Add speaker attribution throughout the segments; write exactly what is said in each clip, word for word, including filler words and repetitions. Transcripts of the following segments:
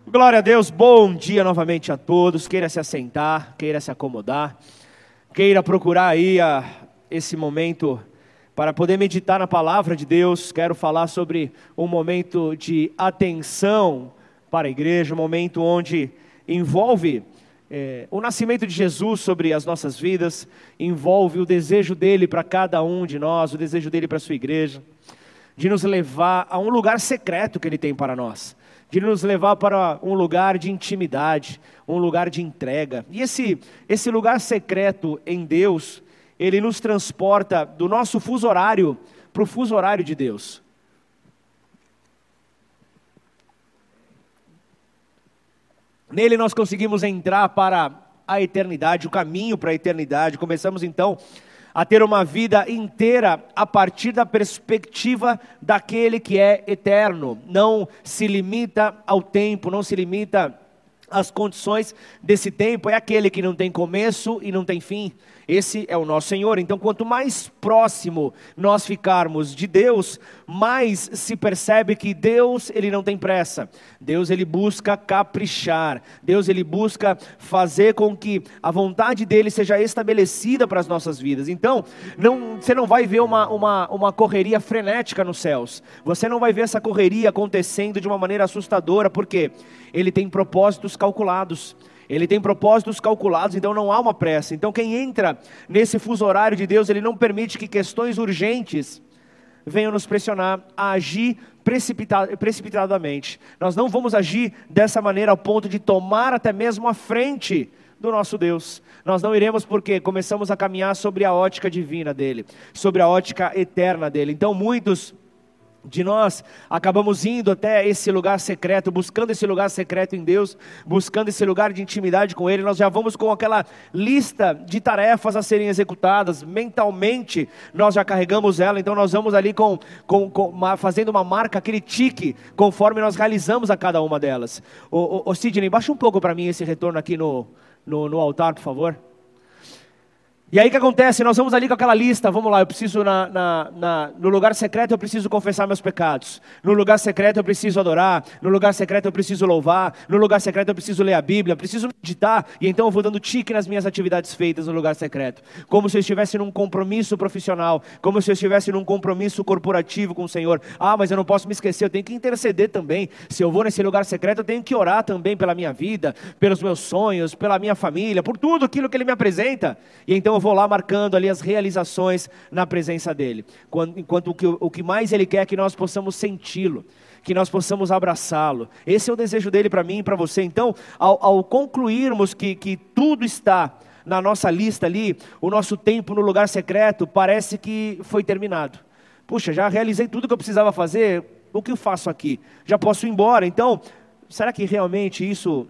Speaker 1: Glória a Deus, bom dia novamente a todos. Queira se assentar, queira se acomodar, queira procurar aí a, esse momento para poder meditar na palavra de Deus. Quero falar sobre um momento de atenção para a igreja, um momento onde envolve é, o nascimento de Jesus sobre as nossas vidas, envolve o desejo dele para cada um de nós, o desejo dele para a sua igreja, de nos levar a um lugar secreto que ele tem para nós, de nos levar para um lugar de intimidade, um lugar de entrega. E esse, esse lugar secreto em Deus, ele nos transporta do nosso fuso horário para o fuso horário de Deus. Nele nós conseguimos entrar para a eternidade, o caminho para a eternidade. Começamos então a ter uma vida inteira a partir da perspectiva daquele que é eterno. Não se limita ao tempo, não se limita às condições desse tempo. É aquele que não tem começo e não tem fim. Esse é o nosso Senhor. Então, quanto mais próximo nós ficarmos de Deus, mais se percebe que Deus, ele não tem pressa. Deus, ele busca caprichar. Deus, ele busca fazer com que a vontade dele seja estabelecida para as nossas vidas. Então, não, você não vai ver uma, uma, uma correria frenética nos céus. Você não vai ver essa correria acontecendo de uma maneira assustadora, porque ele tem propósitos calculados. Ele tem propósitos calculados, então não há uma pressa. Então quem entra nesse fuso horário de Deus, ele não permite que questões urgentes venham nos pressionar a agir precipita- precipitadamente. Nós não vamos agir dessa maneira ao ponto de tomar até mesmo a frente do nosso Deus. Nós não iremos porque começamos a caminhar sobre a ótica divina dele, sobre a ótica eterna dele. Então muitos de nós acabamos indo até esse lugar secreto, buscando esse lugar secreto em Deus, buscando esse lugar de intimidade com Ele. Nós já vamos com aquela lista de tarefas a serem executadas, mentalmente nós já carregamos ela, então nós vamos ali com, com, com uma, fazendo uma marca, aquele tique, conforme nós realizamos a cada uma delas. Ô, ô, ô Sidney, baixa um pouco para mim esse retorno aqui no, no, no altar, por favor. E aí o que acontece? Nós vamos ali com aquela lista, vamos lá, eu preciso na, na, na, no lugar secreto eu preciso confessar meus pecados, no lugar secreto eu preciso adorar, no lugar secreto eu preciso louvar, no lugar secreto eu preciso ler a Bíblia, preciso meditar, e então eu vou dando tique nas minhas atividades feitas no lugar secreto, como se eu estivesse num compromisso profissional, como se eu estivesse num compromisso corporativo com o Senhor. Ah, mas eu não posso me esquecer, eu tenho que interceder também. Se eu vou nesse lugar secreto, eu tenho que orar também pela minha vida, pelos meus sonhos, pela minha família, por tudo aquilo que Ele me apresenta, e então eu vou lá marcando ali as realizações na presença dele, enquanto o que, o que mais ele quer é que nós possamos senti-lo, que nós possamos abraçá-lo. Esse é o desejo dele para mim e para você. Então, ao, ao concluirmos que, que tudo está na nossa lista ali, o nosso tempo no lugar secreto parece que foi terminado. Puxa, já realizei tudo que eu precisava fazer, o que eu faço aqui? Já posso ir embora. Então, será que realmente isso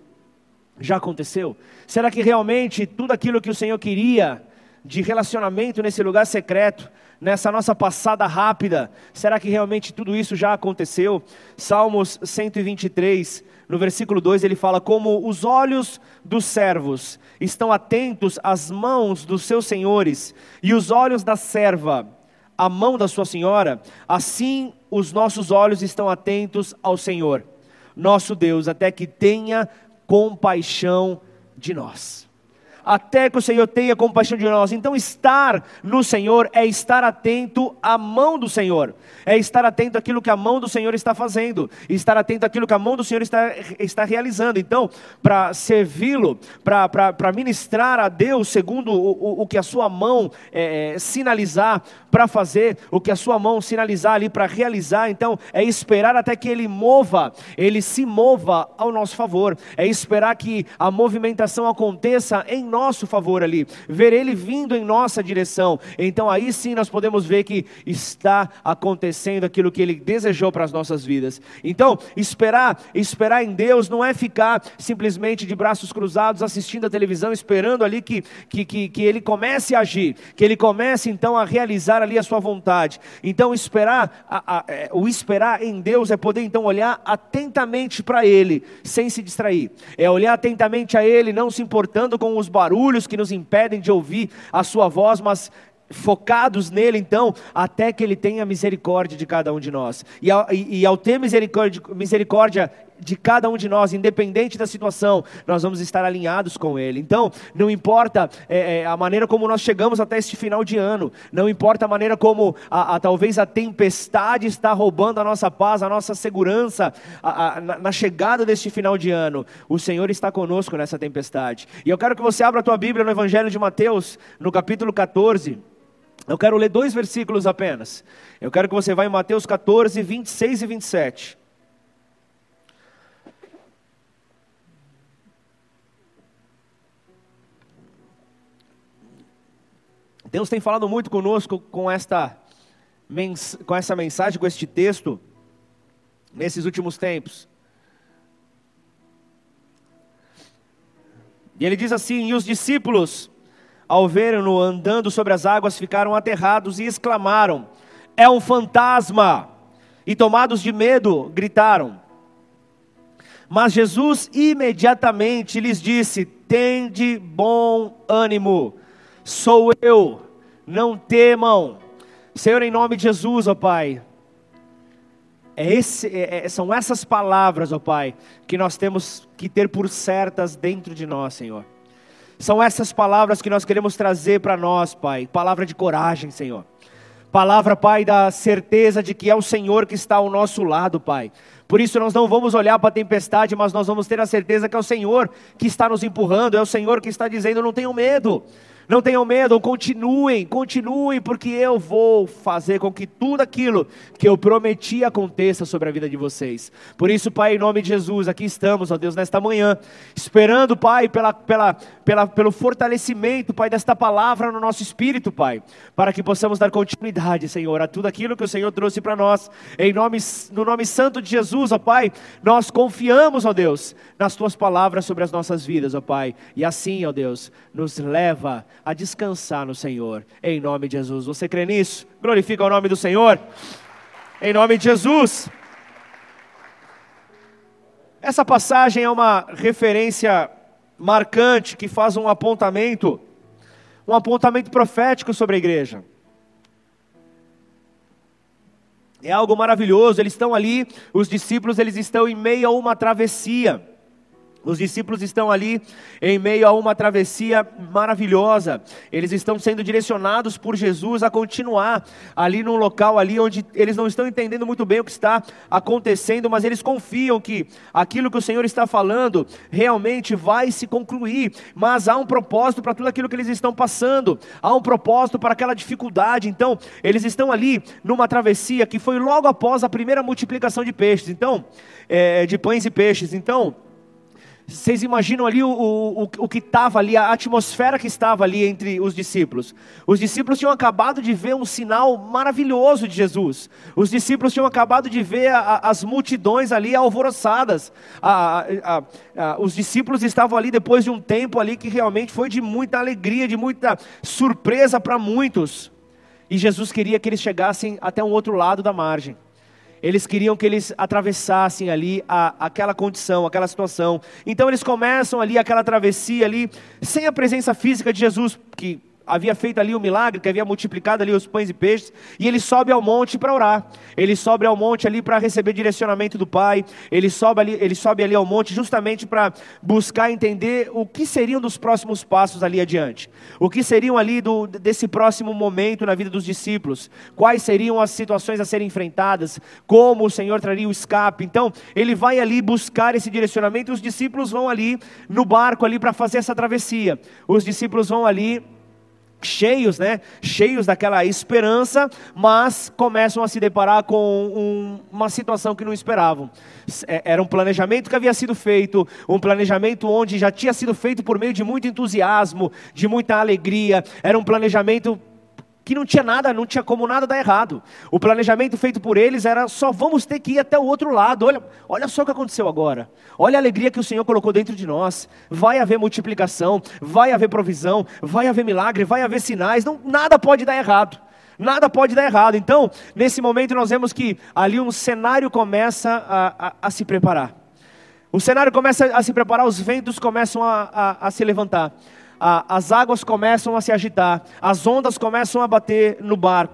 Speaker 1: já aconteceu? Será que realmente tudo aquilo que o Senhor queria de relacionamento nesse lugar secreto, nessa nossa passada rápida, será que realmente tudo isso já aconteceu? Salmos cento e vinte e três, no versículo dois, ele fala: como os olhos dos servos estão atentos às mãos dos seus senhores, e os olhos da serva à mão da sua senhora, assim os nossos olhos estão atentos ao Senhor, nosso Deus, até que tenha compaixão de nós. Até que o Senhor tenha compaixão de nós. Então estar no Senhor é estar atento à mão do Senhor, é estar atento àquilo que a mão do Senhor está fazendo, estar atento àquilo que a mão do Senhor está, está realizando. Então, para servi-lo, para ministrar a Deus segundo o, o, o que a sua mão é, sinalizar para fazer, o que a sua mão sinalizar ali para realizar, então é esperar até que Ele mova, Ele se mova ao nosso favor, é esperar que a movimentação aconteça em nosso favor ali, ver Ele vindo em nossa direção. Então aí sim nós podemos ver que está acontecendo aquilo que Ele desejou para as nossas vidas. Então esperar, esperar em Deus não é ficar simplesmente de braços cruzados assistindo a televisão, esperando ali que, que, que, que Ele comece a agir, que Ele comece então a realizar ali a sua vontade. Então esperar, a, a, é, o esperar em Deus é poder então olhar atentamente para Ele, sem se distrair, é olhar atentamente a Ele, não se importando com os barulhos que nos impedem de ouvir a sua voz, mas focados nele então, até que Ele tenha misericórdia de cada um de nós, e ao, e, e ao ter misericórdia, misericórdia de cada um de nós, independente da situação, nós vamos estar alinhados com Ele. Então, não importa é, é, a maneira como nós chegamos até este final de ano, não importa a maneira como a, a, talvez a tempestade está roubando a nossa paz, a nossa segurança, a, a, na, na chegada deste final de ano, o Senhor está conosco nessa tempestade. E eu quero que você abra a tua Bíblia no Evangelho de Mateus, no capítulo catorze, eu quero ler dois versículos apenas. Eu quero que você vá em Mateus catorze, vinte e seis e vinte e sete. Deus tem falado muito conosco com, esta, com essa mensagem, com este texto, nesses últimos tempos. E ele diz assim: e os discípulos, ao verem-no andando sobre as águas, ficaram aterrados e exclamaram: é um fantasma! E tomados de medo, gritaram. Mas Jesus imediatamente lhes disse: tende bom ânimo, sou eu, não temam. Senhor, em nome de Jesus, ó Pai, é esse, é, são essas palavras, ó Pai, que nós temos que ter por certas dentro de nós, Senhor. São essas palavras que nós queremos trazer para nós, Pai. Palavra de coragem, Senhor. Palavra, Pai, da certeza de que é o Senhor que está ao nosso lado, Pai. Por isso nós não vamos olhar para a tempestade, mas nós vamos ter a certeza que é o Senhor que está nos empurrando, é o Senhor que está dizendo: não tenham medo. Não tenham medo, continuem, continuem, porque eu vou fazer com que tudo aquilo que eu prometi aconteça sobre a vida de vocês. Por isso, Pai, em nome de Jesus, aqui estamos, ó Deus, nesta manhã, esperando, Pai, pela, pela, pela, pelo fortalecimento, Pai, desta palavra no nosso espírito, Pai, para que possamos dar continuidade, Senhor, a tudo aquilo que o Senhor trouxe para nós. Em nome, no nome santo de Jesus, ó Pai, nós confiamos, ó Deus, nas Tuas palavras sobre as nossas vidas, ó Pai, e assim, ó Deus, nos leva a descansar no Senhor, em nome de Jesus. Você crê nisso? Glorifica o nome do Senhor, em nome de Jesus. Essa passagem é uma referência marcante, que faz um apontamento, um apontamento profético sobre a igreja. É algo maravilhoso. Eles estão ali, os discípulos, eles estão em meio a uma travessia. Os discípulos estão ali em meio a uma travessia maravilhosa. Eles estão sendo direcionados por Jesus a continuar ali num local ali onde eles não estão entendendo muito bem o que está acontecendo, mas eles confiam que aquilo que o Senhor está falando realmente vai se concluir. Mas há um propósito para tudo aquilo que eles estão passando. Há um propósito para aquela dificuldade. Então, eles estão ali numa travessia que foi logo após a primeira multiplicação de peixes. Então, é, de pães e peixes. Então, vocês imaginam ali o, o, o que estava ali, a atmosfera que estava ali entre os discípulos. Os discípulos tinham acabado de ver um sinal maravilhoso de Jesus. Os discípulos tinham acabado de ver a, a, as multidões ali alvoroçadas. A, a, a, os discípulos estavam ali depois de um tempo ali que realmente foi de muita alegria, de muita surpresa para muitos. E Jesus queria que eles chegassem até um outro lado da margem. Eles queriam que eles atravessassem ali a, aquela condição, aquela situação. Então eles começam ali aquela travessia ali, sem a presença física de Jesus, que havia feito ali o milagre, que havia multiplicado ali os pães e peixes, e ele sobe ao monte para orar. Ele sobe ao monte ali para receber direcionamento do Pai. Ele sobe ali, ele sobe ali ao monte justamente para buscar entender o que seriam dos próximos passos ali adiante. O que seriam ali do, desse próximo momento na vida dos discípulos. Quais seriam as situações a serem enfrentadas. Como o Senhor traria o escape. Então, ele vai ali buscar esse direcionamento e os discípulos vão ali no barco ali para fazer essa travessia. Os discípulos vão ali cheios, né, cheios daquela esperança, mas começam a se deparar com um, uma situação que não esperavam. Era um planejamento que havia sido feito, um planejamento onde já tinha sido feito por meio de muito entusiasmo, de muita alegria. Era um planejamento que não tinha nada, não tinha como nada dar errado. O planejamento feito por eles era: só vamos ter que ir até o outro lado. Olha, olha só o que aconteceu agora. Olha a alegria que o Senhor colocou dentro de nós. Vai haver multiplicação, vai haver provisão, vai haver milagre, vai haver sinais. Não, nada pode dar errado. Nada pode dar errado. Então, nesse momento nós vemos que ali um cenário começa a, a, a se preparar. O cenário começa a se preparar, os ventos começam a, a, a se levantar. As águas começam a se agitar, as ondas começam a bater no barco,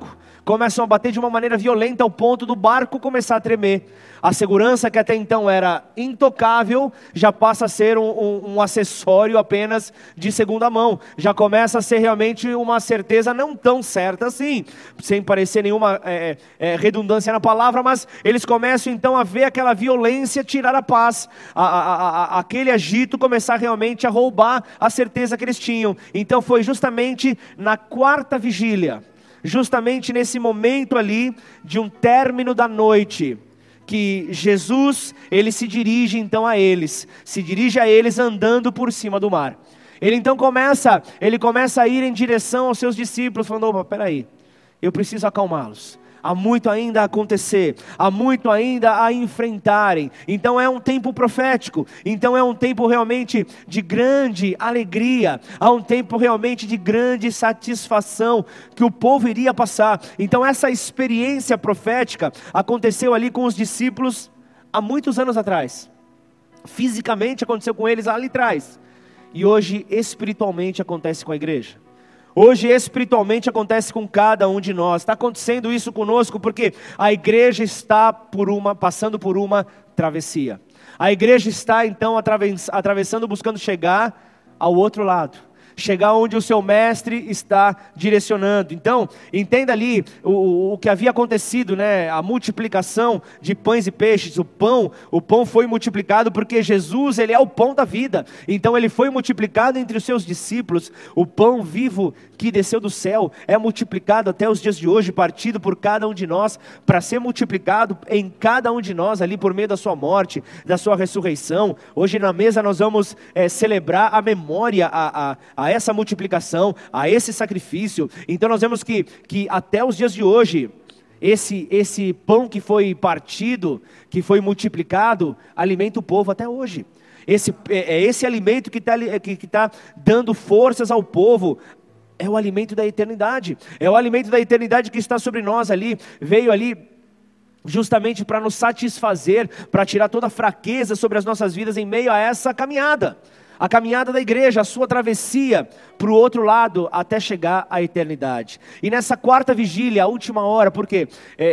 Speaker 1: começam a bater de uma maneira violenta ao ponto do barco começar a tremer. A segurança que até então era intocável, já passa a ser um, um, um acessório apenas de segunda mão. Já começa a ser realmente uma certeza não tão certa assim, sem parecer nenhuma é, é, redundância na palavra, mas eles começam então a ver aquela violência tirar a paz, a, a, a, aquele agito começar realmente a roubar a certeza que eles tinham. Então foi justamente na quarta vigília, justamente nesse momento ali de um término da noite, que Jesus, ele se dirige então a eles, se dirige a eles andando por cima do mar. Ele então começa, ele começa a ir em direção aos seus discípulos, falando: opa, peraí, eu preciso acalmá-los. Há muito ainda a acontecer, há muito ainda a enfrentarem. Então é um tempo profético, então é um tempo realmente de grande alegria, há um tempo realmente de grande satisfação que o povo iria passar. Então essa experiência profética aconteceu ali com os discípulos há muitos anos atrás. Fisicamente aconteceu com eles ali atrás, e hoje espiritualmente acontece com a igreja. Hoje espiritualmente acontece com cada um de nós. Está acontecendo isso conosco porque a igreja está por uma, passando por uma travessia. A igreja está então atravessando, buscando chegar ao outro lado, chegar onde o seu mestre está direcionando. Então, entenda ali o, o que havia acontecido, né? A multiplicação de pães e peixes. O pão, o pão foi multiplicado porque Jesus, ele é o pão da vida. Então ele foi multiplicado entre os seus discípulos. O pão vivo que desceu do céu é multiplicado até os dias de hoje, partido por cada um de nós, para ser multiplicado em cada um de nós ali por meio da sua morte, da sua ressurreição. Hoje na mesa nós vamos é, celebrar a memória a, a, a essa multiplicação, a esse sacrifício. Então nós vemos que, que até os dias de hoje, esse, esse pão que foi partido, que foi multiplicado, alimenta o povo até hoje. Esse, é, é esse alimento que está que, que tá dando forças ao povo. É o alimento da eternidade, é o alimento da eternidade que está sobre nós ali, veio ali justamente para nos satisfazer, para tirar toda a fraqueza sobre as nossas vidas em meio a essa caminhada. A caminhada da igreja, a sua travessia para o outro lado até chegar à eternidade. E nessa quarta vigília, a última hora, porque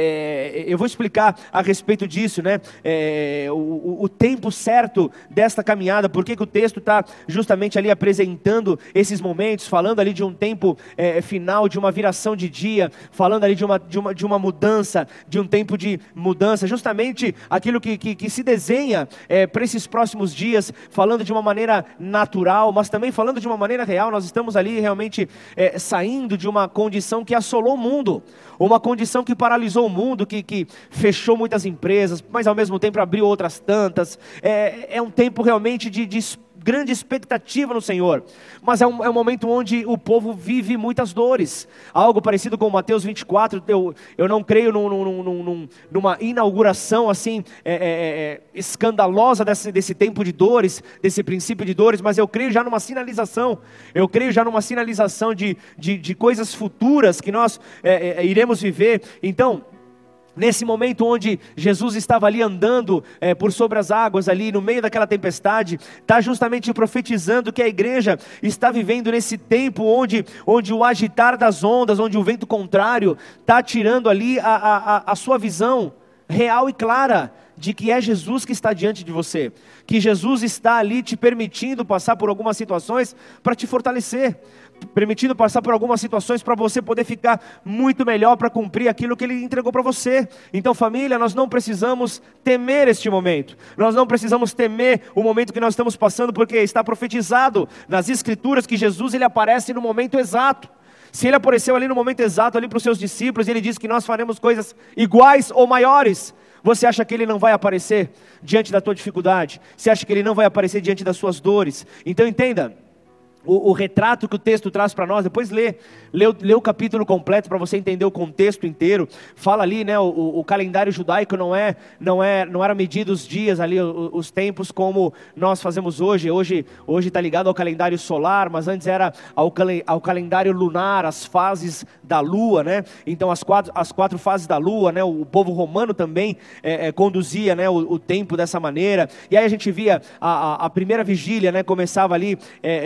Speaker 1: é, eu vou explicar a respeito disso, né? É, o, o tempo certo desta caminhada, porque que o texto está justamente ali apresentando esses momentos, falando ali de um tempo é, final, de uma viração de dia, falando ali de uma, de uma, de uma mudança, de um tempo de mudança, justamente aquilo que, que, que se desenha é, para esses próximos dias, falando de uma maneira natural, mas também falando de uma maneira real. Nós estamos ali realmente é, saindo de uma condição que assolou o mundo, uma condição que paralisou o mundo, que, que fechou muitas empresas, mas ao mesmo tempo abriu outras tantas. É, é um tempo realmente de, de grande expectativa no Senhor, mas é um, é um momento onde o povo vive muitas dores, algo parecido com Mateus vinte e quatro. eu, eu não creio num, num, num, numa inauguração assim, é, é, é, escandalosa desse, desse tempo de dores, desse princípio de dores, mas eu creio já numa sinalização, eu creio já numa sinalização de, de, de coisas futuras que nós é, é, iremos viver. Então, nesse momento onde Jesus estava ali andando é, por sobre as águas ali no meio daquela tempestade, está justamente profetizando que a igreja está vivendo nesse tempo onde, onde o agitar das ondas, onde o vento contrário está tirando ali a, a, a sua visão real e clara de que é Jesus que está diante de você, que Jesus está ali te permitindo passar por algumas situações para te fortalecer, permitindo passar por algumas situações para você poder ficar muito melhor para cumprir aquilo que Ele entregou para você. Então, família, nós não precisamos temer este momento, nós não precisamos temer o momento que nós estamos passando, porque está profetizado nas Escrituras que Jesus, Ele aparece no momento exato. Se Ele apareceu ali no momento exato ali para os seus discípulos, e Ele disse que nós faremos coisas iguais ou maiores, você acha que Ele não vai aparecer diante da tua dificuldade? Você acha que Ele não vai aparecer diante das suas dores? Então entenda, O, o retrato que o texto traz para nós, depois lê, lê, lê o capítulo completo para você entender o contexto inteiro. Fala ali, né, o, o calendário judaico não é, não é, não era medido os dias ali, os, os tempos como nós fazemos hoje. Hoje hoje está ligado ao calendário solar, mas antes era ao, ao calendário lunar, as fases da lua, né? Então as quatro, as quatro fases da lua, né? O povo romano também é, é, conduzia, né, o, o tempo dessa maneira. E aí a gente via a, a, a primeira vigília, né, começava ali é, é,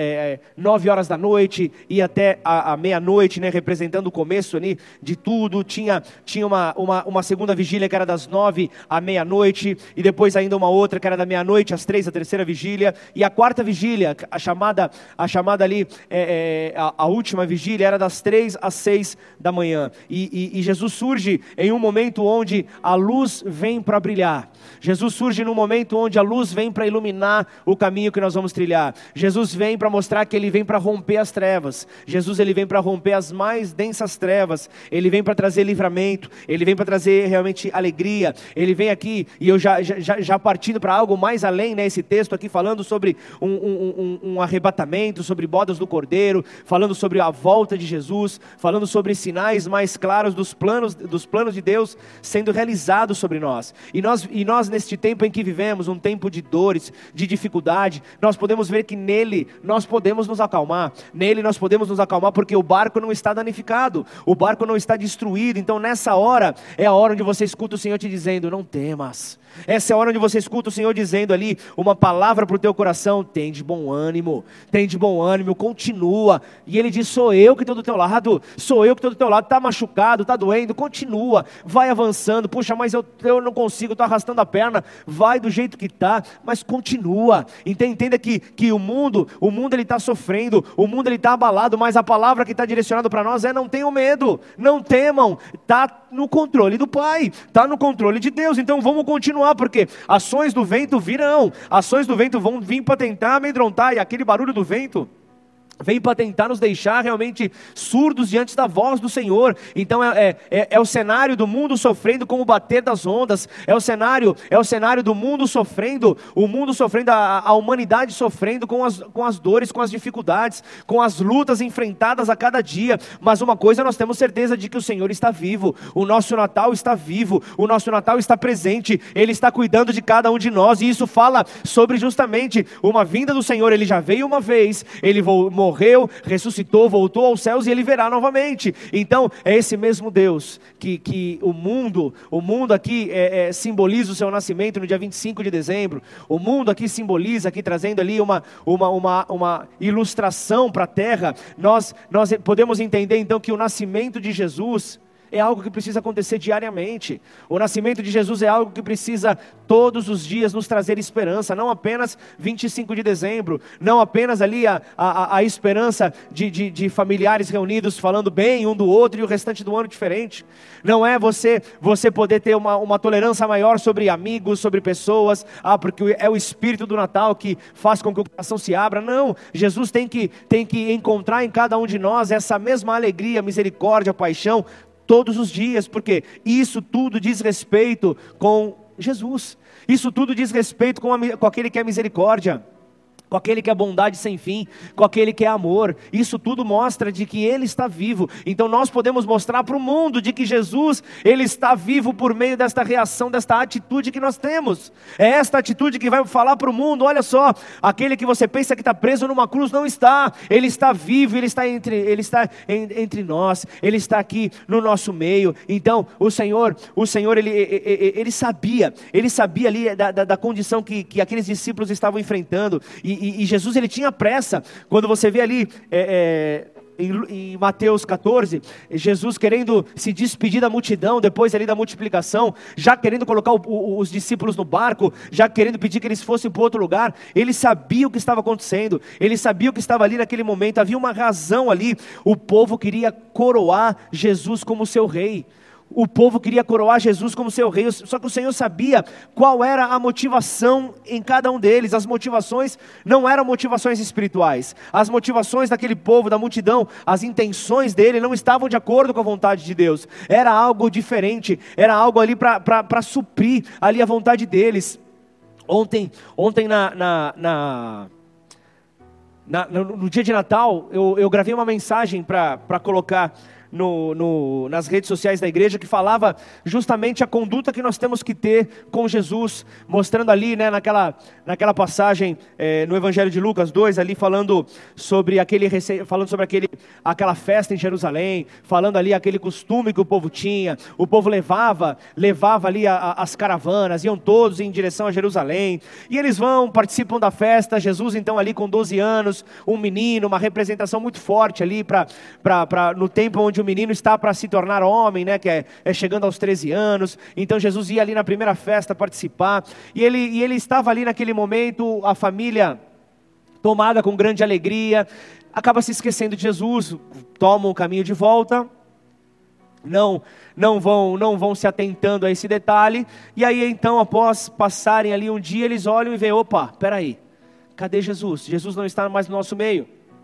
Speaker 1: nove horas da noite, ia até a, a meia-noite, né, representando o começo ali de tudo. Tinha, tinha uma, uma, uma segunda vigília que era das nove à meia-noite, e depois ainda uma outra que era da meia-noite às três, a terceira vigília, e a quarta vigília, a chamada, a chamada ali, é, é, a, a última vigília era das três às seis da manhã, e, e, e Jesus surge em um momento onde a luz vem para brilhar. Jesus surge num momento onde a luz vem para iluminar o caminho que nós vamos trilhar. Jesus vem para mostrar que Ele vem para romper as trevas. Jesus ele vem para romper as mais densas trevas. Ele vem para trazer livramento. Ele vem para trazer realmente alegria. Ele vem aqui, e eu já, já, já partindo para algo mais além, né, esse texto aqui falando sobre um, um, um, um arrebatamento, sobre bodas do Cordeiro, falando sobre a volta de Jesus, falando sobre sinais mais claros dos planos, dos planos de Deus sendo realizados sobre nós. E nós, e nós neste tempo em que vivemos, um tempo de dores, de dificuldade, nós podemos ver que nele nós podemos nos acalmar. Nele nós podemos nos acalmar porque o barco não está danificado, o barco não está destruído. Então nessa hora é a hora onde você escuta o Senhor te dizendo: não temas. Essa é a hora onde você escuta o Senhor dizendo ali uma palavra para o teu coração: tem de bom ânimo, tem de bom ânimo, continua. E Ele diz: sou eu que estou do teu lado, sou eu que estou do teu lado. Está machucado, está doendo, continua, vai avançando. Puxa, mas eu, eu não consigo, estou arrastando a perna. Vai do jeito que está, mas continua. Então entenda que, que o mundo, o mundo ele está sofrendo, o mundo ele está abalado, mas a palavra que está direcionada para nós é: não tenham medo, não temam. Está no controle do Pai, está no controle de Deus. Então vamos continuar, porque ações do vento virão, ações do vento vão vir para tentar amedrontar, e aquele barulho do vento vem para tentar nos deixar realmente surdos diante da voz do Senhor. Então é, é, é o cenário do mundo sofrendo com o bater das ondas, é o cenário, é o cenário do mundo sofrendo, o mundo sofrendo, a, a humanidade sofrendo com as, com as dores, com as dificuldades, com as lutas enfrentadas a cada dia. Mas uma coisa nós temos certeza de que o Senhor está vivo, o nosso Natal está vivo, o nosso Natal está presente, Ele está cuidando de cada um de nós, e isso fala sobre justamente uma vinda do Senhor. Ele já veio uma vez, Ele morreu, morreu, ressuscitou, voltou aos céus, e Ele virá novamente. Então é esse mesmo Deus que, que o mundo, o mundo aqui é, é, simboliza o seu nascimento no dia vinte e cinco de dezembro, o mundo aqui simboliza, aqui trazendo ali uma, uma, uma, uma ilustração para a terra. Nós, nós podemos entender então que o nascimento de Jesus é algo que precisa acontecer diariamente. O nascimento de Jesus é algo que precisa todos os dias nos trazer esperança, não apenas vinte e cinco de dezembro, não apenas ali a, a, a esperança de, de, de familiares reunidos falando bem um do outro e o restante do ano diferente. Não é você, você poder ter uma, uma tolerância maior sobre amigos, sobre pessoas, ah, porque é o Espírito do Natal que faz com que o coração se abra. Não, Jesus tem que, tem que encontrar em cada um de nós essa mesma alegria, misericórdia, paixão, todos os dias, porque isso tudo diz respeito com Jesus, isso tudo diz respeito com, a, com aquele que é misericórdia, com aquele que é bondade sem fim, com aquele que é amor. Isso tudo mostra de que Ele está vivo. Então nós podemos mostrar para o mundo de que Jesus, Ele está vivo por meio desta reação, desta atitude que nós temos. É esta atitude que vai falar para o mundo: olha só, aquele que você pensa que está preso numa cruz não está, Ele está vivo, Ele está entre, ele está entre nós, Ele está aqui no nosso meio. Então o Senhor, o Senhor ele, ele, ele sabia, Ele sabia ali da, da, da condição que, que aqueles discípulos estavam enfrentando, e E, e Jesus ele tinha pressa. Quando você vê ali é, é, em, em Mateus catorze, Jesus querendo se despedir da multidão, depois ali da multiplicação, já querendo colocar o, o, os discípulos no barco, já querendo pedir que eles fossem para outro lugar. Ele sabia o que estava acontecendo, ele sabia o que estava ali naquele momento, havia uma razão ali. O povo queria coroar Jesus como seu rei. O povo queria coroar Jesus como seu rei, só que o Senhor sabia qual era a motivação em cada um deles. As motivações não eram motivações espirituais, as motivações daquele povo, da multidão, as intenções dele não estavam de acordo com a vontade de Deus. Era algo diferente, era algo ali para suprir ali a vontade deles. Ontem, ontem na, na, na, na, no dia de Natal, eu, eu gravei uma mensagem para colocar no, no, nas redes sociais da igreja, que falava justamente a conduta que nós temos que ter com Jesus, mostrando ali, né, naquela, naquela passagem é, no Evangelho de Lucas dois, ali falando sobre, aquele, falando sobre aquele, aquela festa em Jerusalém, falando ali aquele costume que o povo tinha. O povo levava, levava ali a, a, as caravanas, iam todos em direção a Jerusalém, e eles vão, participam da festa. Jesus então ali com doze anos, um menino, uma representação muito forte ali, pra, pra, pra, no tempo onde o menino está para se tornar homem, né, que é, é chegando aos treze anos. Então Jesus ia ali na primeira festa participar, e ele, e ele estava ali naquele momento, a família tomada com grande alegria, acaba se esquecendo de Jesus, tomam o caminho de volta, não, não, vão, não vão se atentando a esse detalhe, e aí então após passarem ali um dia, eles olham e veem, opa, peraí, cadê Jesus? Jesus não está mais no nosso meio.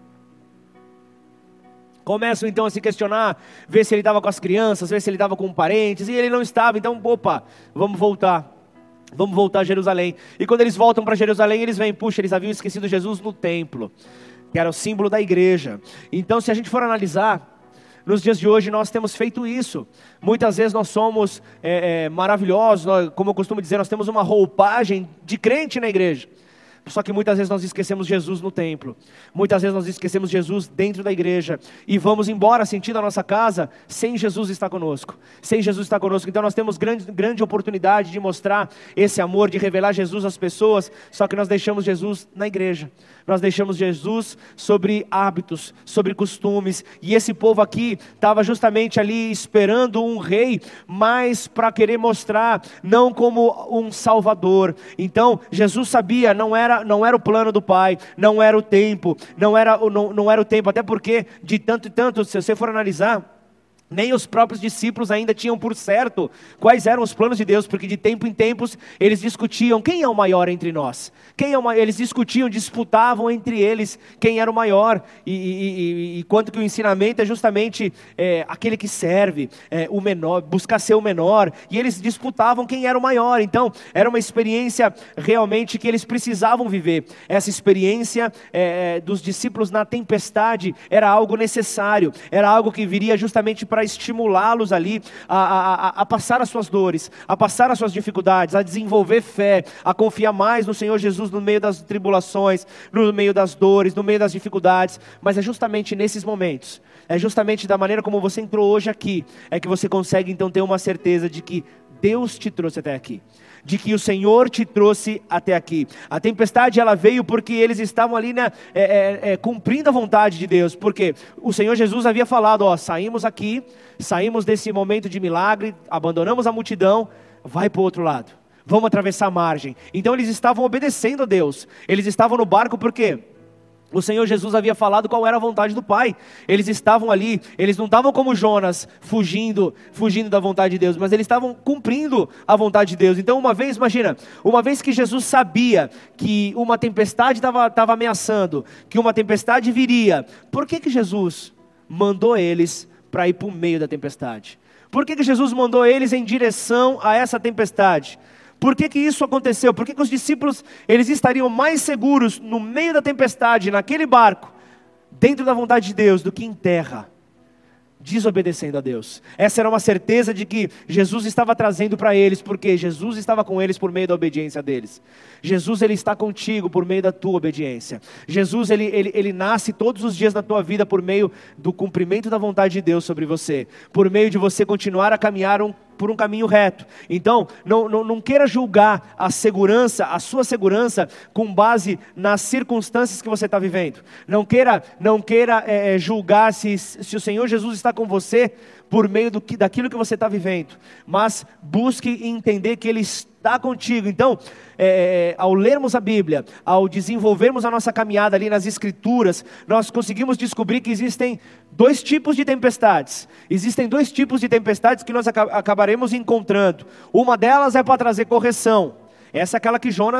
Speaker 1: Começam então a se questionar, ver se ele estava com as crianças, ver se ele estava com parentes, e ele não estava. Então, opa, vamos voltar, vamos voltar a Jerusalém. E quando eles voltam para Jerusalém, eles veem, puxa, eles haviam esquecido Jesus no templo, que era o símbolo da igreja. Então, se a gente for analisar, nos dias de hoje nós temos feito isso. Muitas vezes nós somos é, é, maravilhosos, nós, como eu costumo dizer, nós temos uma roupagem de crente na igreja. Só que muitas vezes nós esquecemos Jesus no templo, muitas vezes nós esquecemos Jesus dentro da igreja, e vamos embora sentindo a nossa casa, sem Jesus estar conosco, sem Jesus estar conosco. Então nós temos grande, grande oportunidade de mostrar esse amor, de revelar Jesus às pessoas, só que nós deixamos Jesus na igreja, nós deixamos Jesus sobre hábitos, sobre costumes, e esse povo aqui estava justamente ali esperando um rei, mas para querer mostrar, não como um salvador. Então Jesus sabia, não era não era o plano do Pai, não era o tempo, não era, não, não era o tempo, até porque de tanto e tanto, se você for analisar, nem os próprios discípulos ainda tinham por certo quais eram os planos de Deus, porque de tempo em tempos eles discutiam, quem é o maior entre nós? Quem é o maior? Eles discutiam, disputavam entre eles quem era o maior, e, e, e, e quanto que o ensinamento é justamente é, aquele que serve, é, o menor, buscar ser o menor, e eles disputavam quem era o maior. Então era uma experiência realmente que eles precisavam viver. Essa experiência é, dos discípulos na tempestade era algo necessário, era algo que viria justamente para para estimulá-los ali a, a, a passar as suas dores, a passar as suas dificuldades, a desenvolver fé, a confiar mais no Senhor Jesus no meio das tribulações, no meio das dores, no meio das dificuldades. Mas é justamente nesses momentos, é justamente da maneira como você entrou hoje aqui, é que você consegue então ter uma certeza de que Deus te trouxe até aqui, de que o Senhor te trouxe até aqui. A tempestade ela veio porque eles estavam ali, né, é, é, é, cumprindo a vontade de Deus, porque o Senhor Jesus havia falado, ó, saímos aqui, saímos desse momento de milagre, abandonamos a multidão, vai para o outro lado, vamos atravessar a margem. Então eles estavam obedecendo a Deus, eles estavam no barco porque o Senhor Jesus havia falado qual era a vontade do Pai. Eles estavam ali, eles não estavam como Jonas, fugindo, fugindo da vontade de Deus, mas eles estavam cumprindo a vontade de Deus. Então uma vez, imagina, uma vez que Jesus sabia que uma tempestade estava estava ameaçando, que uma tempestade viria, por que que Jesus mandou eles para ir para o meio da tempestade? Por que que Jesus mandou eles em direção a essa tempestade? Por que que isso aconteceu? Por que que os discípulos eles estariam mais seguros no meio da tempestade, naquele barco, dentro da vontade de Deus, do que em terra, desobedecendo a Deus? Essa era uma certeza de que Jesus estava trazendo para eles, porque Jesus estava com eles por meio da obediência deles. Jesus ele está contigo por meio da tua obediência. Jesus ele, ele, ele nasce todos os dias da tua vida por meio do cumprimento da vontade de Deus sobre você, por meio de você continuar a caminhar um por um caminho reto. Então, não, não, não queira julgar a segurança, a sua segurança, com base nas circunstâncias que você está vivendo. Não queira, não queira é, julgar se, se o Senhor Jesus está com você por meio do que, daquilo que você está vivendo, mas busque entender que Ele está contigo. Então, é, ao lermos a Bíblia, ao desenvolvermos a nossa caminhada ali nas Escrituras, nós conseguimos descobrir que existem dois tipos de tempestades. Existem dois tipos de tempestades que nós acabaremos encontrando. Uma delas é para trazer correção. Essa é aquela que Jonas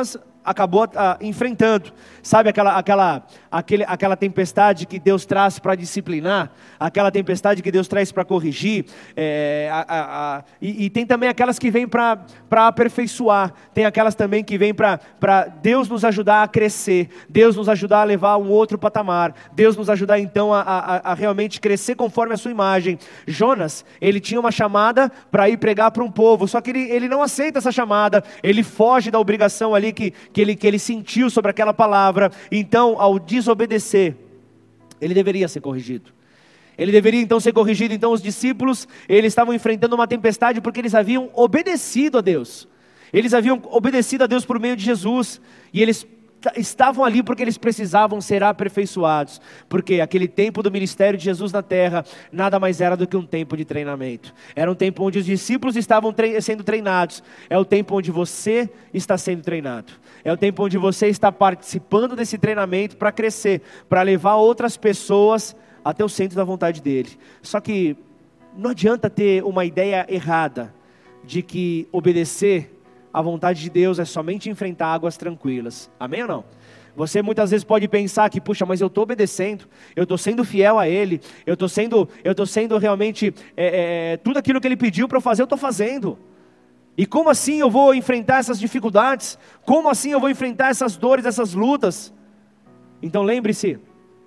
Speaker 1: acabou uh, enfrentando. Sabe aquela, aquela, aquele, aquela tempestade que Deus traz para disciplinar? Aquela tempestade que Deus traz para corrigir? É, a, a, a, e, e tem também aquelas que vêm para aperfeiçoar. Tem aquelas também que vêm para Deus nos ajudar a crescer. Deus nos ajudar a levar a um outro patamar. Deus nos ajudar então a, a, a realmente crescer conforme a sua imagem. Jonas, ele tinha uma chamada para ir pregar para um povo. Só que ele, ele não aceita essa chamada. Ele foge da obrigação ali que, que, ele, que ele sentiu sobre aquela palavra. Então, ao desobedecer, ele deveria ser corrigido. Ele deveria então ser corrigido. Então os discípulos, eles estavam enfrentando uma tempestade porque eles haviam obedecido a Deus. Eles haviam obedecido a Deus por meio de Jesus. E eles estavam ali porque eles precisavam ser aperfeiçoados. Porque aquele tempo do ministério de Jesus na terra, nada mais era do que um tempo de treinamento. Era um tempo onde os discípulos estavam tre- sendo treinados. É o tempo onde você está sendo treinado. É o tempo onde você está participando desse treinamento para crescer, para levar outras pessoas até o centro da vontade dele. Só que não adianta ter uma ideia errada de que obedecer à vontade de Deus é somente enfrentar águas tranquilas. Amém ou não? Você muitas vezes pode pensar que, puxa, mas eu estou obedecendo, eu estou sendo fiel a Ele, eu estou sendo, eu estou sendo realmente, é, é, tudo aquilo que Ele pediu para eu fazer, eu estou fazendo. E como assim eu vou enfrentar essas dificuldades? Como assim eu vou enfrentar essas dores, essas lutas? Então lembre-se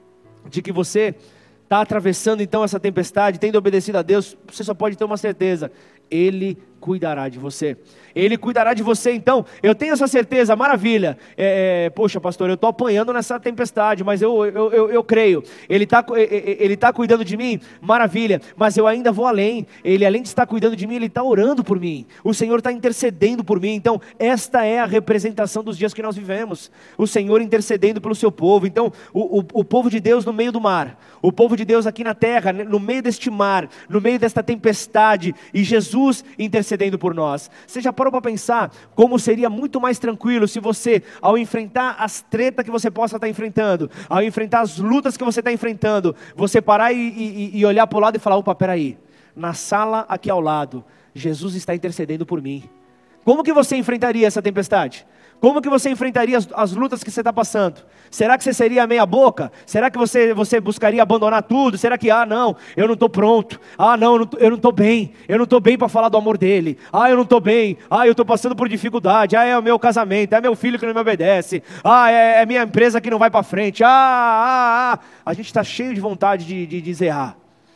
Speaker 1: de que você está atravessando então essa tempestade, tendo obedecido a Deus, você só pode ter uma certeza: Ele cuidará de você. Ele cuidará de você. Então, eu tenho essa certeza, maravilha. É, é, poxa, pastor, eu estou apanhando nessa tempestade, mas eu, eu, eu, eu creio. Ele está ele tá cuidando de mim, maravilha. Mas eu ainda vou além. Ele, além de estar cuidando de mim, Ele está orando por mim. O Senhor está intercedendo por mim. Então, esta é a representação dos dias que nós vivemos. O Senhor intercedendo pelo seu povo. Então, o, o, o povo de Deus no meio do mar. O povo de Deus aqui na terra, no meio deste mar, no meio desta tempestade. E Jesus intercedendo por nós. Você já parou para pensar como seria muito mais tranquilo se você, ao enfrentar as tretas que você possa estar enfrentando, ao enfrentar as lutas que você está enfrentando, você parar e, e, e olhar para o lado e falar: opa, peraí, na sala aqui ao lado, Jesus está intercedendo por mim. Como que você enfrentaria essa tempestade? Como que você enfrentaria as, as lutas que você está passando? Será que você seria meia boca? Será que você, você buscaria abandonar tudo? Será que, ah não, eu não estou pronto. Ah não, eu não estou bem. Eu não estou bem para falar do amor dele. Ah, eu não estou bem. Ah, eu estou passando por dificuldade. Ah, é o meu casamento. É meu filho que não me obedece. Ah, é, é minha empresa que não vai para frente. Ah, ah, ah. A gente está cheio de vontade de, de, de zerrar.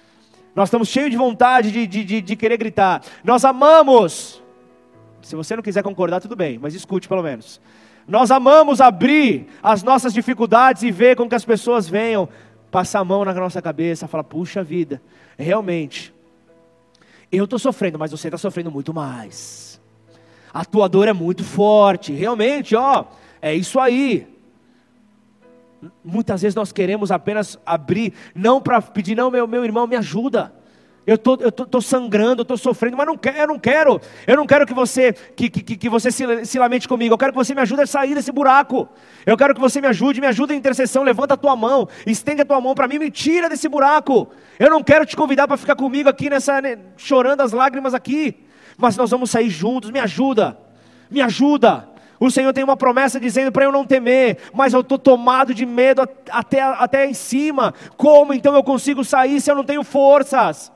Speaker 1: Nós estamos cheios de vontade de, de, de, de querer gritar. Nós amamos. Se você não quiser concordar, tudo bem, mas escute pelo menos. Nós amamos abrir as nossas dificuldades e ver com que as pessoas venham passar a mão na nossa cabeça, falar: puxa vida, realmente, eu estou sofrendo, mas você está sofrendo muito mais. A tua dor é muito forte, realmente, ó, é isso aí. Muitas vezes nós queremos apenas abrir, não para pedir: não, meu, meu irmão, me ajuda. Eu tô, eu tô, tô sangrando, eu tô sofrendo, mas não quero, eu não quero, eu não quero que você, que, que, que você se, se lamente comigo. Eu quero que você me ajude a sair desse buraco. Eu quero que você me ajude, me ajude em intercessão. Levanta a tua mão, estende a tua mão para mim, me tira desse buraco. Eu não quero te convidar para ficar comigo aqui nessa, né, chorando as lágrimas aqui, mas nós vamos sair juntos. Me ajuda, me ajuda. O Senhor tem uma promessa dizendo para eu não temer, mas eu estou tomado de medo até, até em cima. Como então eu consigo sair se eu não tenho forças?